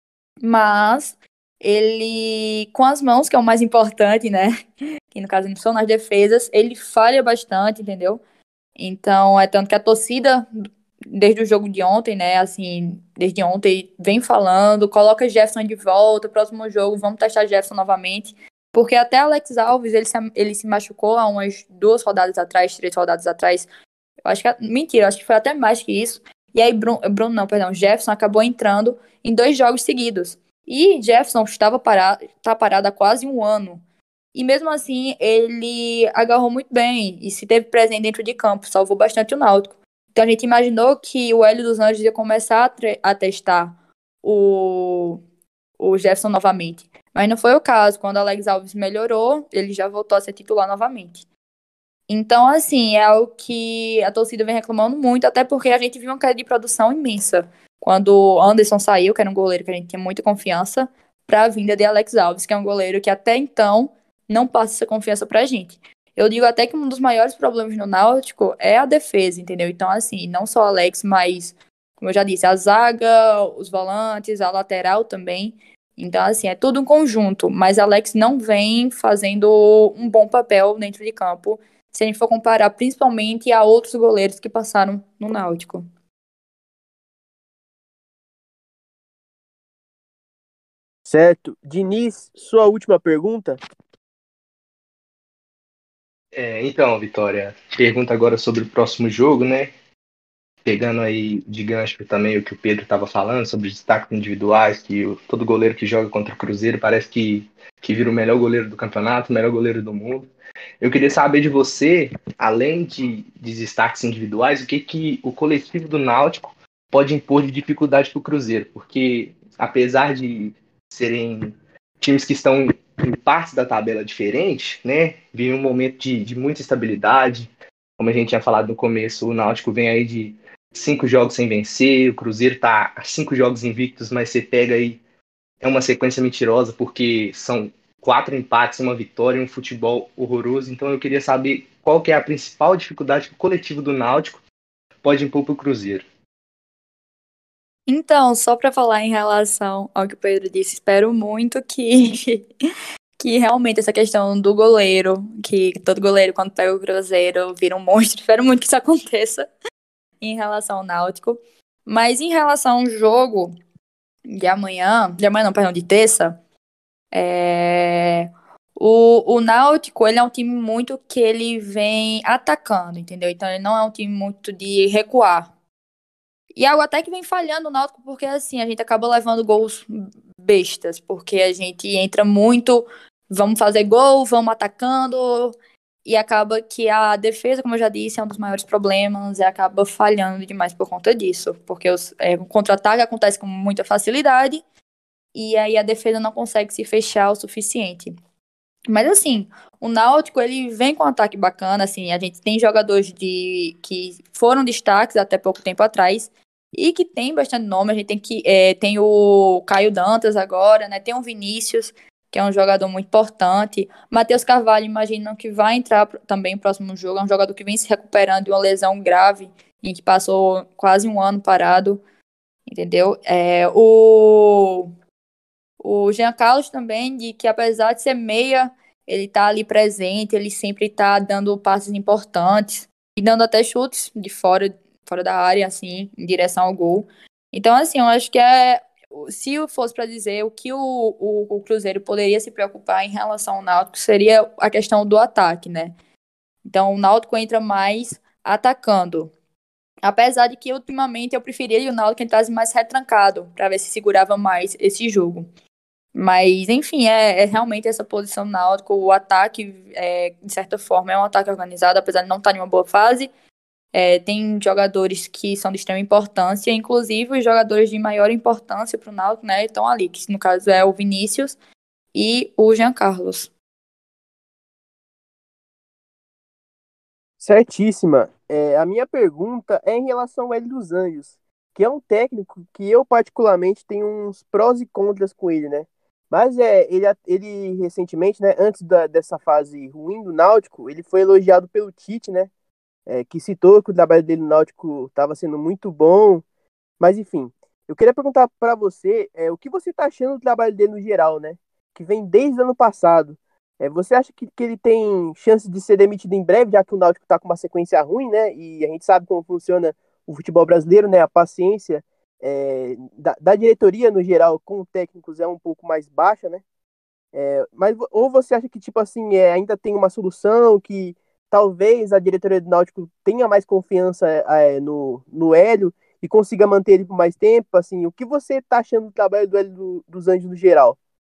Mas ele, com as mãos, que é o mais importante, né? Que no caso não são nas defesas, ele falha bastante, entendeu? Então, é tanto que a torcida, desde o jogo de ontem, né, assim, desde ontem, vem falando, coloca Jefferson de volta, próximo jogo, vamos testar Jefferson novamente, porque até Alex Alves, ele se machucou há umas 2 rodadas atrás, 3 rodadas atrás, eu acho que, mentira, acho que foi até mais que isso, e aí Bruno não, perdão, Jefferson acabou entrando em 2 jogos seguidos, e Jefferson tá parado há quase um ano, e mesmo assim, ele agarrou muito bem e se teve presente dentro de campo, salvou bastante o Náutico. Então a gente imaginou que o Hélio dos Anjos ia começar a testar o, o Jefferson novamente. Mas não foi o caso. Quando o Alex Alves melhorou, ele já voltou a ser titular novamente. Então, assim, é algo que a torcida vem reclamando muito, até porque a gente viu uma queda de produção imensa. Quando o Anderson saiu, que era um goleiro que a gente tinha muita confiança, para a vinda de Alex Alves, que é um goleiro que até então não passa essa confiança pra gente. Eu digo até que um dos maiores problemas no Náutico é a defesa, entendeu? Então, assim, não só o Alex, mas, como eu já disse, a zaga, os volantes, a lateral também. Então, assim, é tudo um conjunto, mas Alex não vem fazendo um bom papel dentro de campo, se a gente for comparar principalmente a outros goleiros que passaram no Náutico. Certo. Diniz, sua última pergunta? Então, Vitória, pergunta agora sobre o próximo jogo, né? Pegando aí de gancho também o que o Pedro estava falando sobre os destaques individuais, que todo goleiro que joga contra o Cruzeiro parece que vira o melhor goleiro do campeonato, o melhor goleiro do mundo. Eu queria saber de você, além de destaques individuais, o que o coletivo do Náutico pode impor de dificuldade para o Cruzeiro, porque apesar de serem times que estão em partes da tabela diferentes, né, vive um momento de muita estabilidade. Como a gente tinha falado no começo, o Náutico vem aí de 5 jogos sem vencer, o Cruzeiro está a 5 jogos invictos, mas você pega aí, é uma sequência mentirosa, porque são 4 empates, uma vitória e um futebol horroroso. Então eu queria saber qual que é a principal dificuldade que o coletivo do Náutico pode impor para o Cruzeiro. Então, só para falar em relação ao que o Pedro disse, espero muito que que realmente essa questão do goleiro, que todo goleiro quando pega o Cruzeiro vira um monstro, espero muito que isso aconteça em relação ao Náutico. Mas em relação ao jogo de amanhã não, perdão, de terça, o Náutico, ele é um time muito que ele vem atacando, entendeu? Então ele não é um time muito de recuar. E algo até que vem falhando o Náutico, porque assim, a gente acaba levando gols bestas, porque a gente entra muito, vamos fazer gol, vamos atacando, e acaba que a defesa, como eu já disse, é um dos maiores problemas, e acaba falhando demais por conta disso, porque o contra-ataque acontece com muita facilidade, e aí a defesa não consegue se fechar o suficiente. Mas assim, o Náutico, ele vem com um ataque bacana, assim, a gente tem jogadores que foram destaques até pouco tempo atrás, e que tem bastante nome, a gente tem o Caio Dantas agora, né, tem o Vinícius, que é um jogador muito importante, Matheus Carvalho, imagino que vai entrar também no próximo jogo, é um jogador que vem se recuperando de uma lesão grave, em que passou quase um ano parado, entendeu? O Jean Carlos também, de que apesar de ser meia, ele tá ali presente, ele sempre tá dando passes importantes e dando até chutes de fora da área, assim, em direção ao gol. Então, assim, eu acho que se eu fosse para dizer o que o Cruzeiro poderia se preocupar em relação ao Náutico, seria a questão do ataque, né? Então, o Náutico entra mais atacando. Apesar de que, ultimamente, eu preferia o Náutico que entrasse mais retrancado, para ver se segurava mais esse jogo. Mas, enfim, é realmente essa posição do Náutico. O ataque, de certa forma, é um ataque organizado, apesar de não estar em uma boa fase. Tem jogadores que são de extrema importância, inclusive os jogadores de maior importância para o Náutico, né, estão ali, que no caso é o Vinícius e o Jean Carlos. Certíssima. A minha pergunta é em relação ao Hélio dos Anjos, que é um técnico que eu particularmente tenho uns prós e contras com ele, né? Mas ele recentemente, né, antes dessa fase ruim do Náutico, ele foi elogiado pelo Tite, né? Que citou que o trabalho dele no Náutico estava sendo muito bom. Mas enfim, eu queria perguntar para você o que você está achando do trabalho dele no geral, né? Que vem desde o ano passado. Você acha que ele tem chance de ser demitido em breve, já que o Náutico está com uma sequência ruim, né? E a gente sabe como funciona o futebol brasileiro, né? A paciência da diretoria no geral com técnicos é um pouco mais baixa, né? Mas ou você acha que tipo assim ainda tem uma solução que talvez a diretoria do Náutico tenha mais confiança no Hélio e consiga manter ele por mais tempo, assim, o que você tá achando do trabalho do Hélio dos Anjos no geral?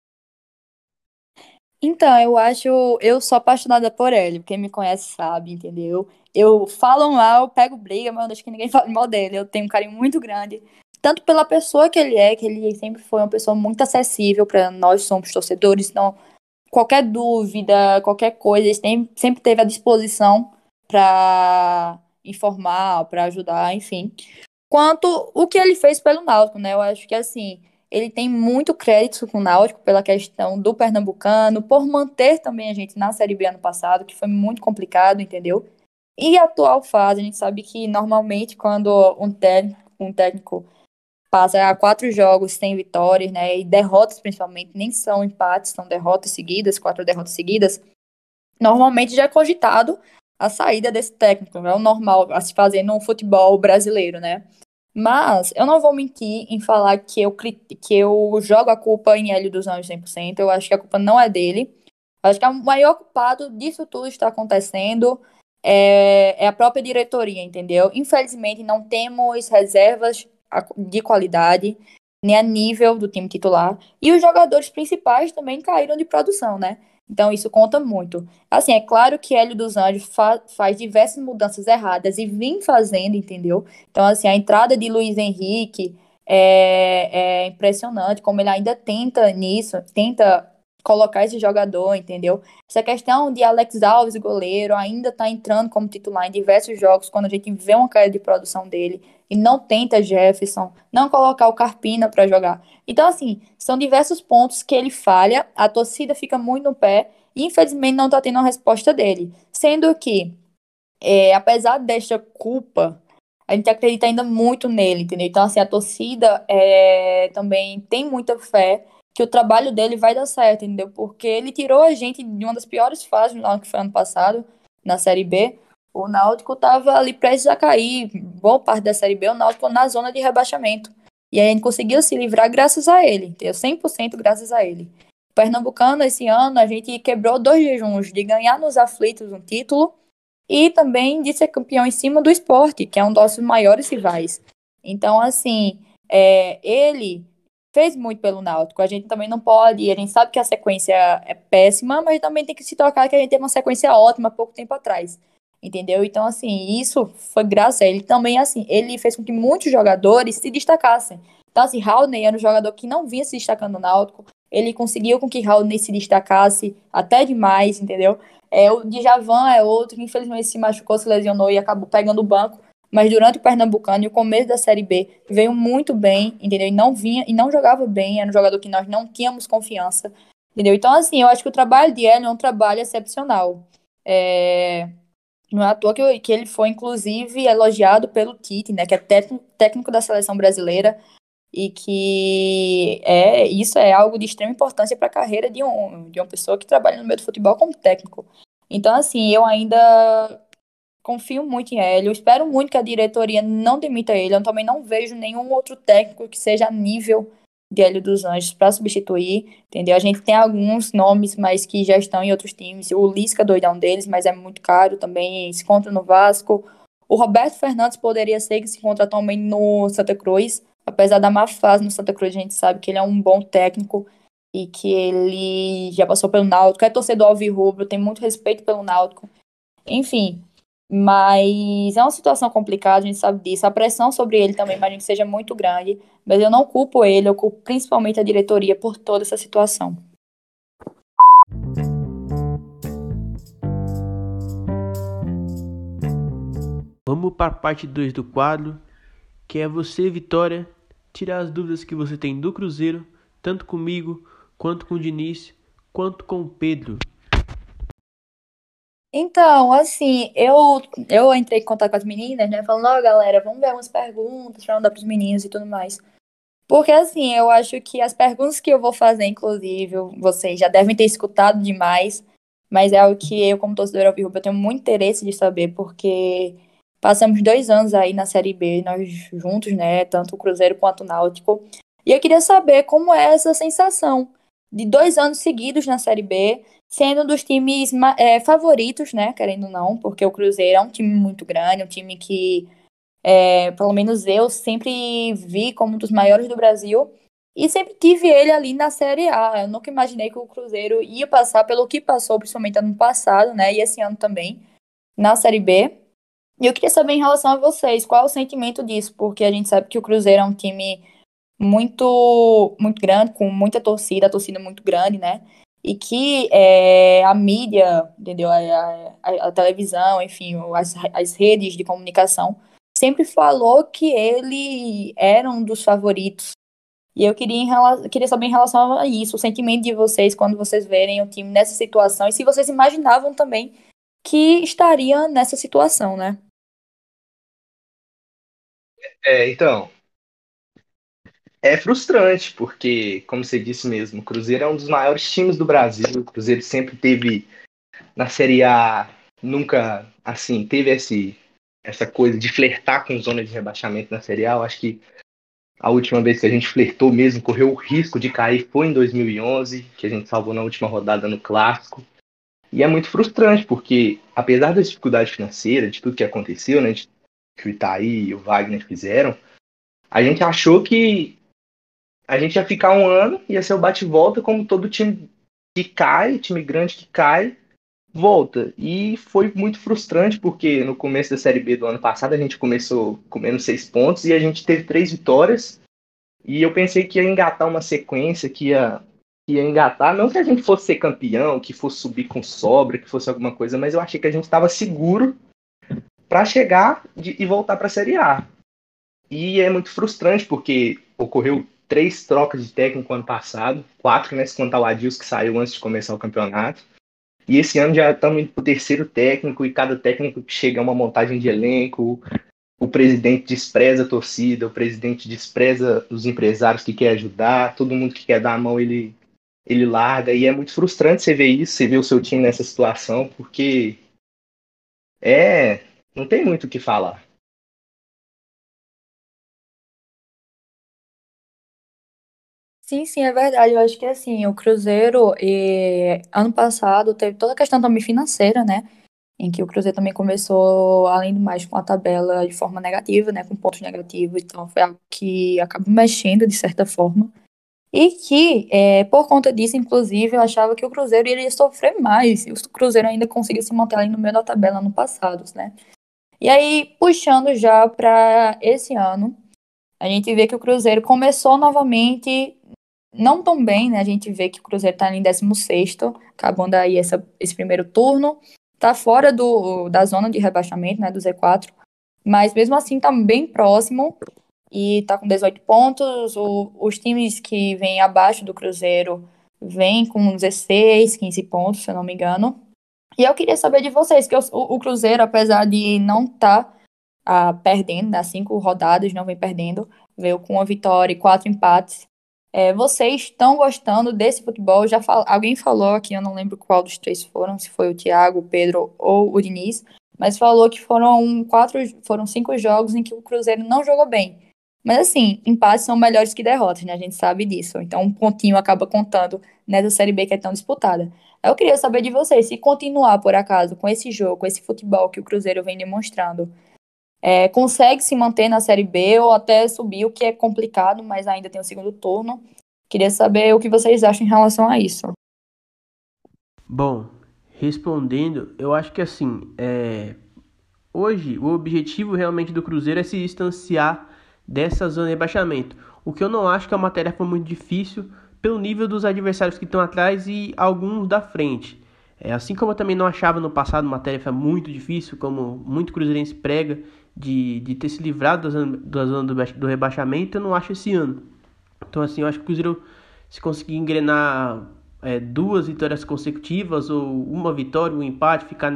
Então, eu sou apaixonada por ele, quem me conhece sabe, entendeu? Eu falo mal, eu pego briga, mas eu não deixo que ninguém fale mal dele. Eu tenho um carinho muito grande, tanto pela pessoa que ele sempre foi uma pessoa muito acessível para nós, somos torcedores, então qualquer dúvida, qualquer coisa, ele sempre teve à disposição para informar, para ajudar, enfim. Quanto o que ele fez pelo Náutico, né? Eu acho que assim, ele tem muito crédito com o Náutico pela questão do Pernambucano, por manter também a gente na Série B ano passado, que foi muito complicado, entendeu? E a atual fase, a gente sabe que normalmente quando um técnico passa a 4 jogos sem vitórias, né? E derrotas principalmente, nem são empates, são derrotas seguidas, 4 derrotas seguidas. Normalmente já é cogitado a saída desse técnico, é o normal a se fazer no futebol brasileiro, né? Mas eu não vou mentir em falar que eu jogo a culpa em Hélio dos Anjos 100%. Eu acho que a culpa não é dele. Eu acho que o maior culpado disso tudo está acontecendo é a própria diretoria, entendeu? Infelizmente, não temos reservas de qualidade, nem a nível do time titular. E os jogadores principais também caíram de produção, né? Então, isso conta muito. Assim, é claro que Hélio dos Anjos faz diversas mudanças erradas e vem fazendo, entendeu? Então, assim, a entrada de Luiz Henrique é impressionante, como ele ainda tenta nisso, tenta colocar esse jogador, entendeu? Essa questão de Alex Alves, goleiro, ainda tá entrando como titular em diversos jogos, quando a gente vê uma queda de produção dele, e não tenta Jefferson, não colocar o Carpina para jogar. Então, assim, são diversos pontos que ele falha, a torcida fica muito no pé, e infelizmente não tá tendo a resposta dele. Sendo que, apesar desta culpa, a gente acredita ainda muito nele, entendeu? Então, assim, a torcida também tem muita fé que o trabalho dele vai dar certo, entendeu? Porque ele tirou a gente de uma das piores fases do Náutico, que foi ano passado, na Série B. O Náutico estava ali prestes a cair, boa parte da Série B, o Náutico na zona de rebaixamento. E aí a gente conseguiu se livrar graças a ele, entendeu? 100% graças a ele. Pernambucano, esse ano, a gente quebrou 2 jejuns de ganhar nos aflitos um título e também de ser campeão em cima do Sport, que é um dos nossos maiores rivais. Então, assim, ele fez muito pelo Náutico. A gente também não pode, a gente sabe que a sequência é péssima, mas também tem que se tocar que a gente teve uma sequência ótima há pouco tempo atrás. Entendeu? Então, assim, isso foi graças a ele. Também, assim, ele fez com que muitos jogadores se destacassem. Então, assim, Raulney era um jogador que não vinha se destacando no Náutico. Ele conseguiu com que Raulney se destacasse até demais, entendeu? O Djavan é outro que infelizmente se machucou, se lesionou e acabou pegando o banco. Mas durante o Pernambucano e o começo da Série B veio muito bem, entendeu? E não vinha e não jogava bem, era um jogador que nós não tínhamos confiança, entendeu? Então, assim, eu acho que o trabalho de Hélio é um trabalho excepcional. Não é à toa que ele foi, inclusive, elogiado pelo Tite, né? Que é técnico da seleção brasileira e que isso é algo de extrema importância para a carreira de uma pessoa que trabalha no meio do futebol como técnico. Então, assim, eu ainda confio muito em Hélio, eu espero muito que a diretoria não demita ele, eu também não vejo nenhum outro técnico que seja a nível de Hélio dos Anjos para substituir, entendeu? A gente tem alguns nomes, mas que já estão em outros times, o Lisca doidão deles, mas é muito caro também, se encontra no Vasco, O Roberto Fernandes poderia ser que se encontra atualmente no Santa Cruz, apesar da má fase no Santa Cruz, a gente sabe que ele é um bom técnico e que ele já passou pelo Náutico, é torcedor alvirrubro, tem muito respeito pelo Náutico. Enfim, mas é uma situação complicada, a gente sabe disso. A pressão sobre ele também imagino que seja muito grande, mas eu não culpo ele, eu culpo principalmente a diretoria por toda essa situação. Vamos para a parte 2 do quadro, que é você, Vitória, tirar as dúvidas que você tem do Cruzeiro, tanto comigo, quanto com o Diniz, quanto com o Pedro. Então, assim, eu entrei em contato com as meninas, né? Falando, ó, galera, vamos ver umas perguntas pra mandar pros meninos e tudo mais. Porque, assim, eu acho que as perguntas que eu vou fazer, inclusive, vocês já devem ter escutado demais, mas é algo que eu, como torcedora alvirrubra, eu tenho muito interesse de saber, porque passamos 2 anos aí na Série B, nós juntos, né? Tanto o Cruzeiro quanto o Náutico. E eu queria saber como é essa sensação de 2 anos seguidos na Série B, sendo um dos times favoritos, né? Querendo ou não, porque o Cruzeiro é um time muito grande, um time que pelo menos eu sempre vi como um dos maiores do Brasil e sempre tive ele ali na Série A. Eu nunca imaginei que o Cruzeiro ia passar pelo que passou, principalmente ano passado, né? E esse ano também, na Série B. E eu queria saber em relação a vocês, qual é o sentimento disso? Porque a gente sabe que o Cruzeiro é um time muito, muito grande, com muita torcida, a torcida muito grande, né? E que a mídia, entendeu? A televisão, enfim, as redes de comunicação sempre falou que ele era um dos favoritos. E eu queria saber em relação a isso, o sentimento de vocês quando vocês verem o time nessa situação e se vocês imaginavam também que estaria nessa situação, né? Então, é frustrante, porque, como você disse mesmo, o Cruzeiro é um dos maiores times do Brasil. O Cruzeiro sempre teve na Série A, nunca, assim, teve essa coisa de flertar com zona de rebaixamento na Série A. Eu acho que a última vez que a gente flertou mesmo, correu o risco de cair, foi em 2011, que a gente salvou na última rodada no Clássico. E é muito frustrante, porque apesar da dificuldade financeira, de tudo que aconteceu, né, que o Itaí e o Wagner fizeram, a gente achou que a gente ia ficar um ano, ia ser o bate-volta, como todo time que cai, time grande que cai, volta. E foi muito frustrante, porque no começo da Série B do ano passado, a gente começou comendo 6 pontos e a gente teve 3 vitórias. E eu pensei que ia engatar uma sequência, que ia engatar, não que a gente fosse ser campeão, que fosse subir com sobra, que fosse alguma coisa, mas eu achei que a gente estava seguro para chegar e voltar para a Série A. E é muito frustrante, porque ocorreu 3 trocas de técnico ano passado, 4, né, se contar o Adilson que saiu antes de começar o campeonato. E esse ano já estamos indo para o terceiro técnico, e cada técnico que chega é uma montagem de elenco. O presidente despreza a torcida, o presidente despreza os empresários que quer ajudar, todo mundo que quer dar a mão ele larga, e é muito frustrante você ver isso, você ver o seu time nessa situação, porque não tem muito o que falar. Sim, sim, é verdade. Eu acho que assim, o Cruzeiro, ano passado, teve toda a questão também financeira, né? Em que o Cruzeiro também começou, além do mais, com a tabela de forma negativa, né? Com pontos negativos. Então, foi algo que acabou mexendo, de certa forma. E que, por conta disso, inclusive, eu achava que o Cruzeiro iria sofrer mais. E o Cruzeiro ainda conseguiu se manter ali no meio da tabela no passado, né? E aí, puxando já para esse ano, a gente vê que o Cruzeiro começou novamente não tão bem, né? A gente vê que o Cruzeiro tá em 16º, acabando aí esse primeiro turno. Tá fora da zona de rebaixamento, né? Do Z4. Mas mesmo assim tá bem próximo e tá com 18 pontos. Os times que vêm abaixo do Cruzeiro vêm com 16, 15 pontos, se eu não me engano. E eu queria saber de vocês, que o Cruzeiro, apesar de não estar perdendo, nas 5 rodadas, não vem perdendo, veio com uma vitória e 4 empates. Vocês estão gostando desse futebol? Alguém falou aqui, eu não lembro qual dos 3 foram, se foi o Thiago, o Pedro ou o Diniz, mas falou que foram 5 jogos em que o Cruzeiro não jogou bem. Mas assim, empates são melhores que derrotas, né? A gente sabe disso. Então, um pontinho acaba contando nessa Série B que é tão disputada. Eu queria saber de vocês, se continuar, por acaso, com esse jogo, com esse futebol que o Cruzeiro vem demonstrando, consegue se manter na Série B ou até subir, o que é complicado, mas ainda tem o segundo turno. Queria saber o que vocês acham em relação a isso. Bom, respondendo, eu acho que assim, hoje o objetivo realmente do Cruzeiro é se distanciar dessa zona de rebaixamento. O que eu não acho que é uma tarefa muito difícil pelo nível dos adversários que estão atrás e alguns da frente. Assim como eu também não achava no passado uma tarefa muito difícil, como muito cruzeirense prega, de ter se livrado da zona do rebaixamento, eu não acho esse ano. Então assim, eu acho que o Cruzeiro, se conseguir engrenar 2 vitórias consecutivas ou uma vitória, um empate, ficar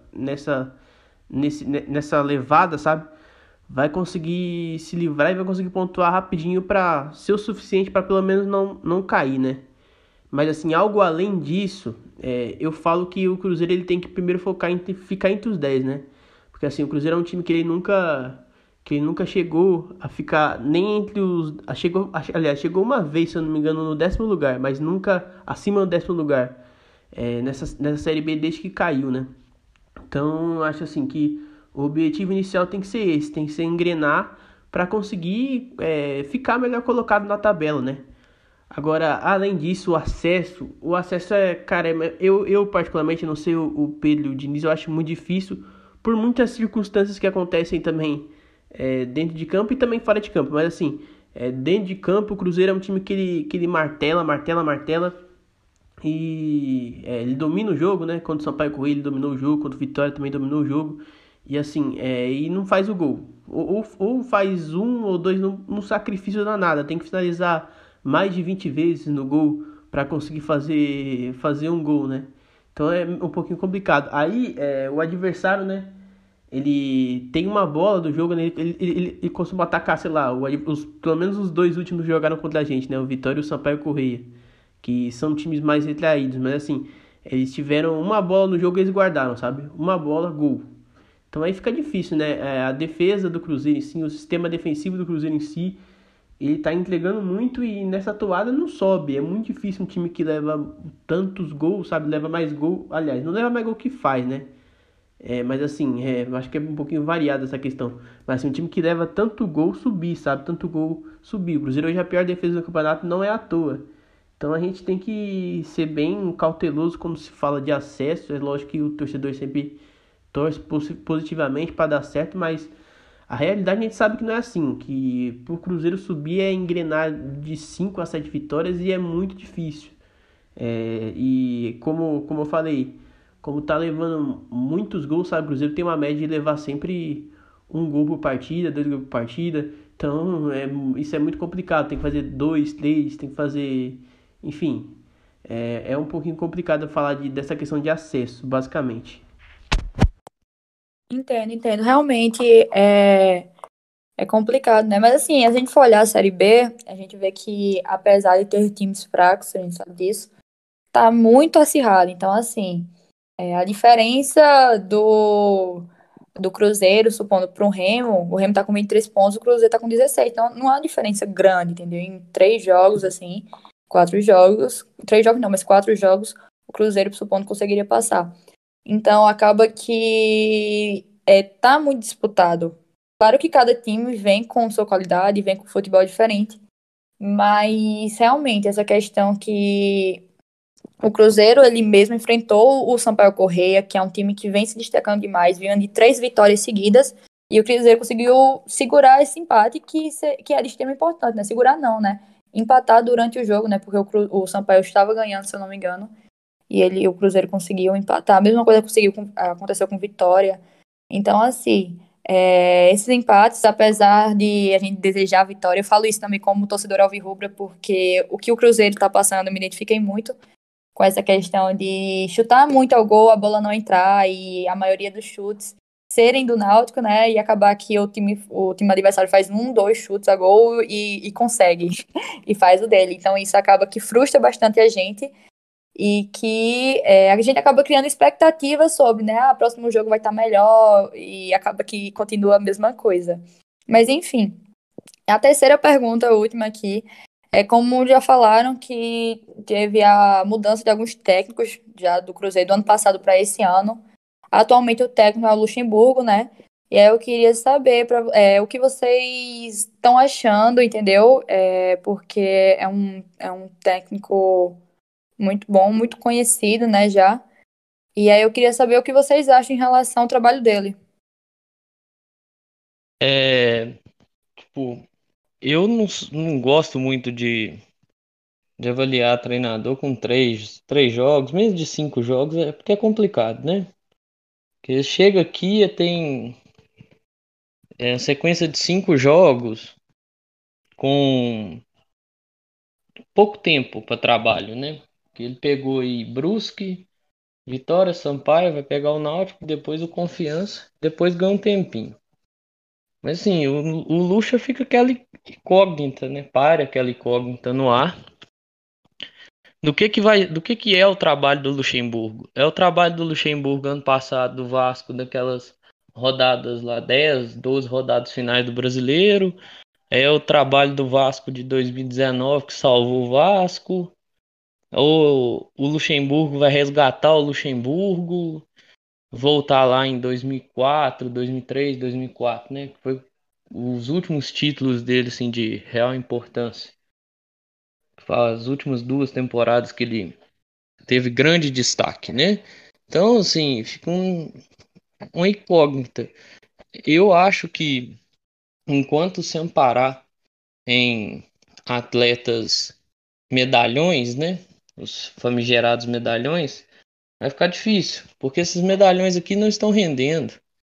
nessa levada, sabe? Vai conseguir se livrar e vai conseguir pontuar rapidinho para ser o suficiente para pelo menos não cair, né? Mas assim, algo além disso, eu falo que o Cruzeiro ele tem que primeiro focar em ficar entre os 10, né? Porque assim, o Cruzeiro é um time que ele nunca chegou a ficar nem entre os... chegou uma vez, se eu não me engano, no 10º lugar, mas nunca acima do 10º lugar. Nessa Série B desde que caiu, né? Então, eu acho assim que o objetivo inicial tem que ser esse, tem que ser engrenar para conseguir ficar melhor colocado na tabela, né? Agora, além disso, o acesso cara, eu particularmente não sei o Pedro e o Diniz, eu acho muito difícil por muitas circunstâncias que acontecem também dentro de campo e também fora de campo, mas assim, dentro de campo o Cruzeiro é um time que ele martela e ele domina o jogo, né? Contra o Sampaio Corrêa ele dominou o jogo, contra o Vitória também dominou o jogo. E assim, e não faz o gol. Ou faz um ou dois no sacrifício danado. Tem que finalizar mais de 20 vezes no gol para conseguir fazer um gol, né? Então é um pouquinho complicado. Aí o adversário, né? Ele tem uma bola do jogo, né? Ele costuma atacar, sei lá, pelo menos os 2 últimos jogaram contra a gente, né? O Vitória e o Sampaio Corrêa, que são times mais retraídos, mas assim, eles tiveram uma bola no jogo e eles guardaram, sabe? Uma bola, gol. Então aí fica difícil, né? A defesa do Cruzeiro em si, o sistema defensivo do Cruzeiro em si, ele tá entregando muito e nessa toada não sobe. É muito difícil um time que leva tantos gols, sabe? Leva mais gol, aliás, não leva mais gol que faz, né? Mas assim, eu acho que é um pouquinho variada essa questão. Mas assim, um time que leva tanto gol subir, sabe? Tanto gol subir. O Cruzeiro hoje é a pior defesa do campeonato, não é à toa. Então a gente tem que ser bem cauteloso quando se fala de acesso. É lógico que o torcedor sempre torce positivamente para dar certo, mas a realidade a gente sabe que não é assim. Que para o Cruzeiro subir é engrenar de 5 a 7 vitórias e é muito difícil. E como eu falei, como tá levando muitos gols, sabe? O Cruzeiro tem uma média de levar sempre um gol por partida, 2 gols por partida. Então isso é muito complicado. Tem que fazer 2, 3, tem que fazer... Enfim, é um pouquinho complicado falar dessa questão de acesso, basicamente. Entendo. Realmente é complicado, né? Mas assim, a gente for olhar a Série B, a gente vê que, apesar de ter times fracos, a gente sabe disso, tá muito acirrado. Então, assim, a diferença do Cruzeiro, supondo, para o Remo tá com 23 pontos, o Cruzeiro tá com 16. Então, não é uma diferença grande, entendeu? Em 3 jogos, assim, 4 jogos, 3 jogos não, mas 4 jogos, o Cruzeiro, supondo, conseguiria passar. Então, acaba que tá muito disputado. Claro que cada time vem com sua qualidade, vem com futebol diferente, mas realmente essa questão que o Cruzeiro, ele mesmo enfrentou o Sampaio Corrêa, que é um time que vem se destacando demais, vinha de 3 vitórias seguidas, e o Cruzeiro conseguiu segurar esse empate, que é de extrema importância, né? Segurar não, né? Empatar durante o jogo, né? Porque o Sampaio estava ganhando, se eu não me engano, e o Cruzeiro conseguiu empatar. A mesma coisa aconteceu com o Vitória. Então, assim, esses empates, apesar de a gente desejar a vitória, eu falo isso também como torcedor alvirrubra, porque o que o Cruzeiro está passando, eu me identifiquei muito com essa questão de chutar muito ao gol, a bola não entrar e a maioria dos chutes serem do Náutico, né? E acabar que o time adversário faz 1, 2 chutes a gol e consegue, e faz o dele. Então isso acaba que frustra bastante a gente e que a gente acaba criando expectativas sobre, né? O próximo jogo vai estar melhor e acaba que continua a mesma coisa. Mas enfim, a terceira pergunta, a última aqui, como já falaram que teve a mudança de alguns técnicos já do Cruzeiro do ano passado para esse ano. Atualmente o técnico é o Luxemburgo, né? E aí eu queria saber o que vocês estão achando, entendeu? Porque é um técnico muito bom, muito conhecido, né, já. E aí eu queria saber o que vocês acham em relação ao trabalho dele. É, tipo, eu não gosto muito de avaliar treinador com três jogos, mesmo de 5 jogos, é porque é complicado, né? Porque chega aqui e tem sequência de 5 jogos com pouco tempo para trabalho, né? Que ele pegou aí Brusque, Vitória, Sampaio, vai pegar o Náutico, depois o Confiança, depois ganha um tempinho. Mas assim, o Lucha fica aquela incógnita, né? Para aquela incógnita no ar. Do que é o trabalho do Luxemburgo? É o trabalho do Luxemburgo ano passado do Vasco, daquelas rodadas lá, 10, 12 rodadas finais do Brasileiro. É o trabalho do Vasco de 2019 que salvou o Vasco. Ou o Luxemburgo vai resgatar o Luxemburgo, voltar lá em 2004, 2003, 2004, né? Que foi os últimos títulos dele assim de real importância. As últimas 2 temporadas que ele teve grande destaque, né? Então, assim, fica uma incógnita. Eu acho que enquanto se amparar em atletas medalhões, né? Os famigerados medalhões, vai ficar difícil, porque esses medalhões aqui não estão rendendo.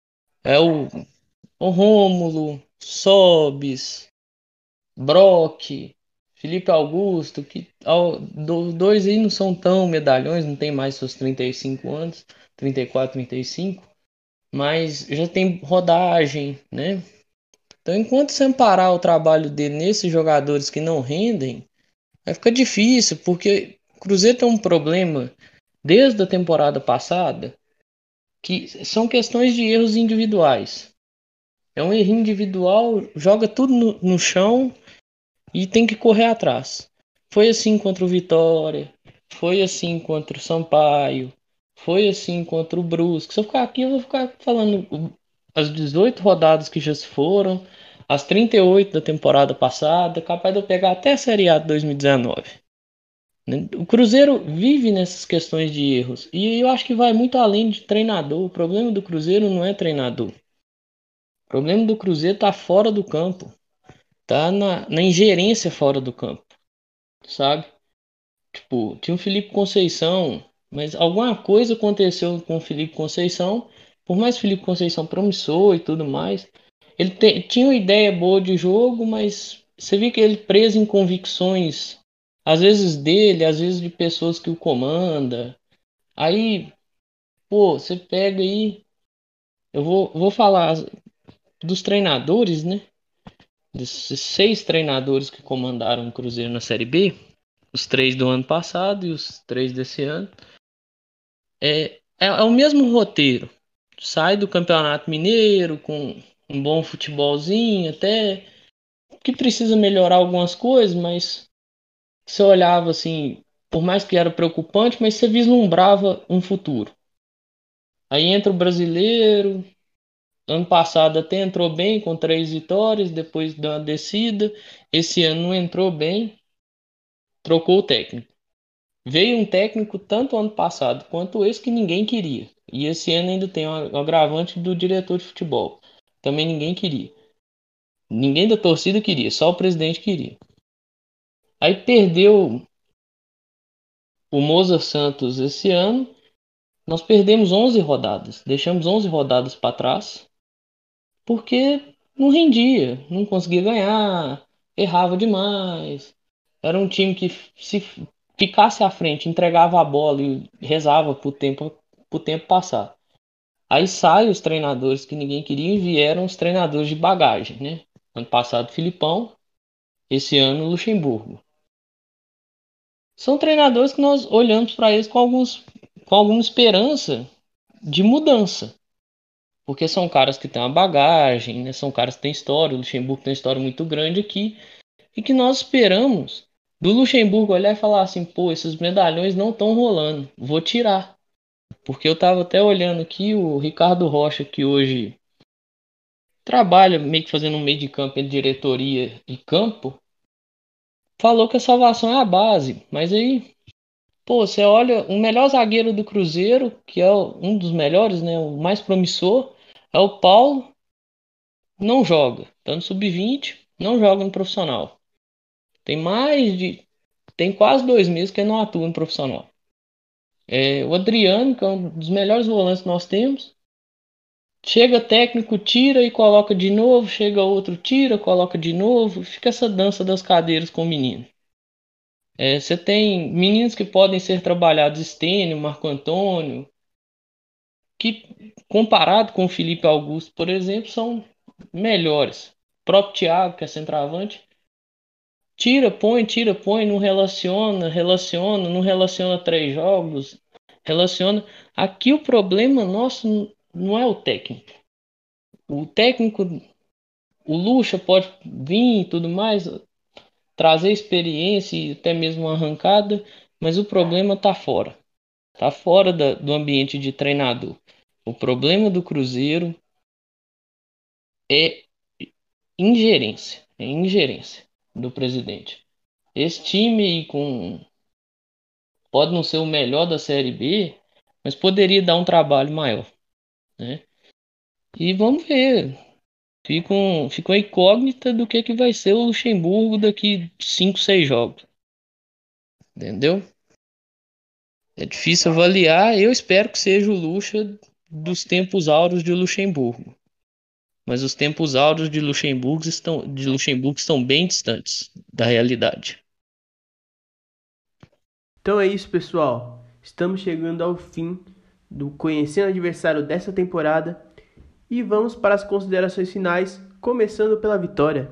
É o Rômulo, Sobis, Brock, Felipe Augusto, que dois aí não são tão medalhões, não tem mais seus 35 anos, 34, 35, mas já tem rodagem, né? Então, enquanto você amparar o trabalho dele nesses jogadores que não rendem, vai ficar difícil, porque o Cruzeiro tem um problema desde a temporada passada, que são questões de erros individuais. É um erro individual, joga tudo no chão e tem que correr atrás. Foi assim contra o Vitória, foi assim contra o Sampaio, foi assim contra o Brusque. Se eu ficar aqui, eu vou ficar falando as 18 rodadas que já se foram, as 38 da temporada passada, capaz de eu pegar até a Série A de 2019. Né? O Cruzeiro vive nessas questões de erros e eu acho que vai muito além de treinador. O problema do Cruzeiro não é treinador. O problema do Cruzeiro está fora do campo, tá na ingerência fora do campo, sabe? Tipo, tinha o Felipe Conceição, mas alguma coisa aconteceu com o Felipe Conceição. Por mais que o Felipe Conceição promissor e tudo mais, ele tinha uma ideia boa de jogo, mas você vê que ele preso em convicções, às vezes dele, às vezes de pessoas que o comanda. Aí, pô, você pega aí, eu vou falar dos treinadores, né? Desses 6 treinadores que comandaram o Cruzeiro na Série B, os 3 do ano passado e os 3 desse ano, é o mesmo roteiro. Sai do Campeonato Mineiro com um bom futebolzinho, até que precisa melhorar algumas coisas, mas você olhava assim, por mais que era preocupante, mas você vislumbrava um futuro. Aí entra o brasileiro, ano passado até entrou bem com 3 vitórias, depois deu uma descida. Esse ano não entrou bem, trocou o técnico. Veio um técnico tanto ano passado quanto esse que ninguém queria. E esse ano ainda tem o agravante do diretor de futebol. Também ninguém queria. Ninguém da torcida queria, só o presidente queria. Aí perdeu o Moza Santos esse ano. Nós perdemos 11 rodadas. Deixamos 11 rodadas para trás. Porque não rendia, não conseguia ganhar, errava demais. Era um time que se ficasse à frente, entregava a bola e rezava pro tempo passar. Aí saem os treinadores que ninguém queria e vieram os treinadores de bagagem, né? Ano passado Filipão, esse ano Luxemburgo. São treinadores que nós olhamos para eles com alguma esperança de mudança. Porque são caras que têm uma bagagem, né? São caras que têm história. O Luxemburgo tem uma história muito grande aqui. E que nós esperamos do Luxemburgo olhar e falar assim: pô, esses medalhões não estão rolando, vou tirar. Porque eu tava até olhando aqui o Ricardo Rocha, que hoje trabalha meio que fazendo um meio de campo entre diretoria e campo, falou que a salvação é a base. Mas aí, pô, você olha, o melhor zagueiro do Cruzeiro, que é um dos melhores, né, o mais promissor, é o Paulo, não joga. Tá no sub-20, não joga no profissional. Tem quase 2 meses que ele não atua no profissional. O Adriano, que é um dos melhores volantes que nós temos, chega técnico, tira e coloca de novo, chega outro, tira, coloca de novo, fica essa dança das cadeiras com o menino. Você tem meninos que podem ser trabalhados, Stênio, Marco Antônio, que comparado com o Felipe Augusto, por exemplo, são melhores. O próprio Thiago, que é centroavante, tira, põe, não relaciona, não relaciona 3 jogos, relaciona. Aqui o problema nosso não é o técnico. O técnico, o Lucha pode vir e tudo mais, trazer experiência e até mesmo uma arrancada, mas o problema está fora. Está fora do ambiente de treinador. O problema do Cruzeiro é ingerência do presidente. Esse time aí pode não ser o melhor da Série B, mas poderia dar um trabalho maior, né? E vamos ver. Fica uma incógnita do que vai ser o Luxemburgo daqui 5, 6 jogos. Entendeu? É difícil avaliar. Eu espero que seja o Lucha dos tempos áureos de Luxemburgo. Mas os tempos áureos de Luxemburgo estão bem distantes da realidade. Então é isso, pessoal. Estamos chegando ao fim do Conhecendo o Adversário dessa temporada e vamos para as considerações finais, começando pela Vitória.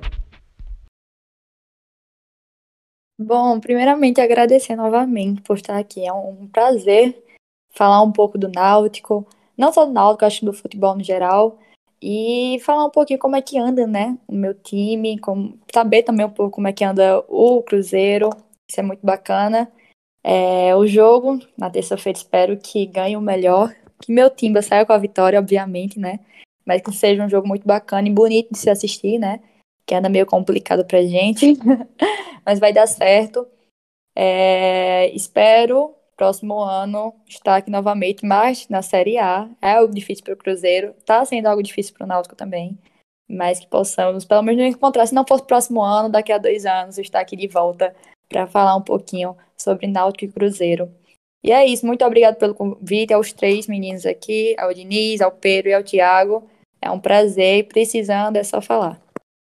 Bom, primeiramente agradecer novamente por estar aqui. É um prazer falar um pouco do Náutico, não só do Náutico, acho que do futebol no geral, e falar um pouquinho como é que anda, né, o meu time, saber também um pouco como é que anda o Cruzeiro, isso é muito bacana. O jogo, na terça-feira, espero que ganhe o melhor, que meu time saia com a vitória, obviamente, né, mas que seja um jogo muito bacana e bonito de se assistir, né, que anda meio complicado pra gente, mas vai dar certo. Espero próximo ano estar aqui novamente, mas na Série A. É algo difícil para o Cruzeiro, está sendo algo difícil para o Náutico também, mas que possamos pelo menos nos encontrar, se não fosse próximo ano, daqui a 2 anos, estar aqui de volta para falar um pouquinho sobre Náutico e Cruzeiro. E é isso, muito obrigado pelo convite aos 3 meninos aqui, ao Diniz, ao Pedro e ao Thiago. É um prazer e precisando é só falar.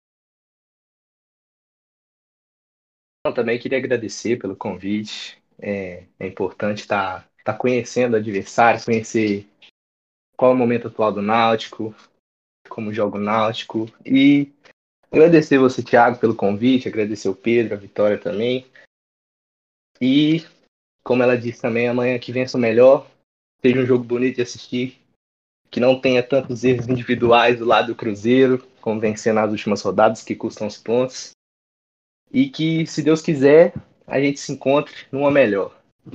Eu também queria agradecer pelo convite. É importante estar conhecendo o adversário, conhecer qual é o momento atual do Náutico, como joga o Náutico. E agradecer você, Thiago, pelo convite, agradecer o Pedro, a Vitória também. E, como ela disse também, amanhã que vença o melhor, seja um jogo bonito de assistir, que não tenha tantos erros individuais do lado do Cruzeiro, como vencer nas últimas rodadas, que custam os pontos. E que, se Deus quiser, a gente se encontre numa melhor.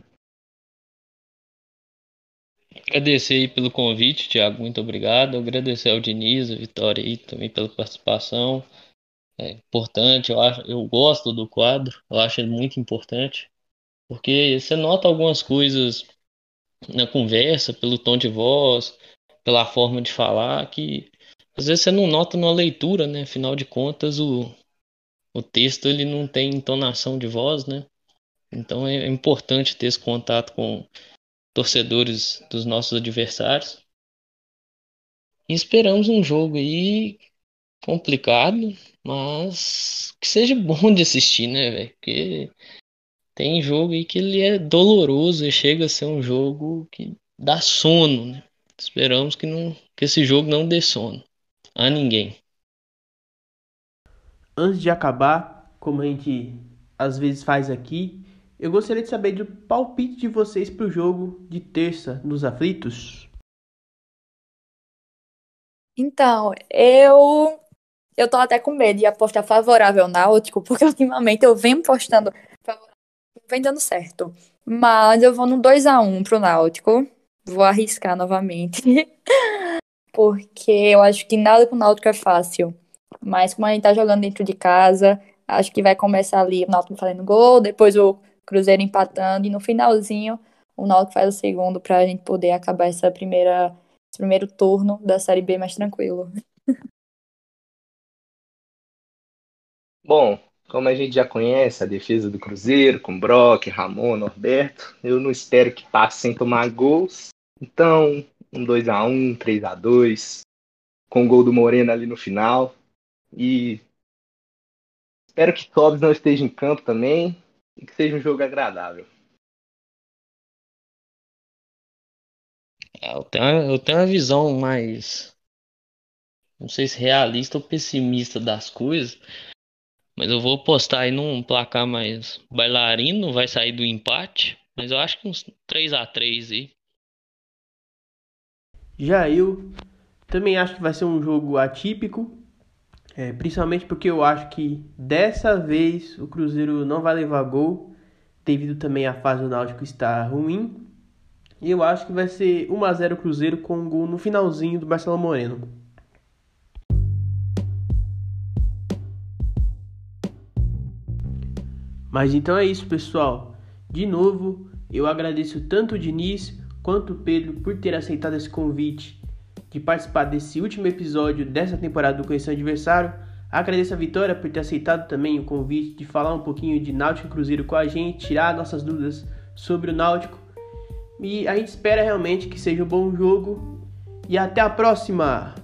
Agradecer aí pelo convite, Thiago, muito obrigado. Agradecer ao Diniz, a Vitória aí também pela participação. É importante, eu gosto do quadro, eu acho ele muito importante, porque você nota algumas coisas na conversa, pelo tom de voz, pela forma de falar, que às vezes você não nota na leitura, né? Afinal de contas, o texto ele não tem entonação de voz, né? Então é importante ter esse contato com torcedores dos nossos adversários. E esperamos um jogo aí complicado, mas que seja bom de assistir, né, velho? Porque tem jogo aí que ele é doloroso e chega a ser um jogo que dá sono, né? Esperamos que esse jogo não dê sono a ninguém. Antes de acabar, como a gente às vezes faz aqui, eu gostaria de saber do palpite de vocês para o jogo de terça nos aflitos. Então, eu tô até com medo de apostar favorável ao Náutico, porque ultimamente eu venho postando favorável, vem dando certo. Mas eu vou no 2-1 pro Náutico. Vou arriscar novamente. porque eu acho que nada com o Náutico é fácil. Mas como a gente tá jogando dentro de casa, acho que vai começar ali o Náutico fazendo gol, depois o Cruzeiro empatando, e no finalzinho o Náutico faz o segundo pra gente poder acabar esse primeiro turno da Série B mais tranquilo. Bom, como a gente já conhece a defesa do Cruzeiro, com Brock, Ramon, Norberto, eu não espero que passe sem tomar gols. Então, um 2-1, 3-2, com o gol do Moreno ali no final. E espero que Sobs não esteja em campo também e que seja um jogo agradável. Eu tenho uma visão mais, não sei se realista ou pessimista das coisas, mas eu vou postar aí num placar mais bailarino, vai sair do empate, mas eu acho que uns 3-3 aí. Já eu também acho que vai ser um jogo atípico, principalmente porque eu acho que dessa vez o Cruzeiro não vai levar gol, devido também à fase do Náutico estar ruim. E eu acho que vai ser 1-0 Cruzeiro com um gol no finalzinho do Marcelo Moreno. Mas então é isso, pessoal. De novo, eu agradeço tanto o Diniz quanto o Pedro por ter aceitado esse convite de participar desse último episódio dessa temporada do Conhecendo Adversário. Agradeço a Vitória por ter aceitado também o convite de falar um pouquinho de Náutico e Cruzeiro com a gente, tirar nossas dúvidas sobre o Náutico. E a gente espera realmente que seja um bom jogo. E até a próxima!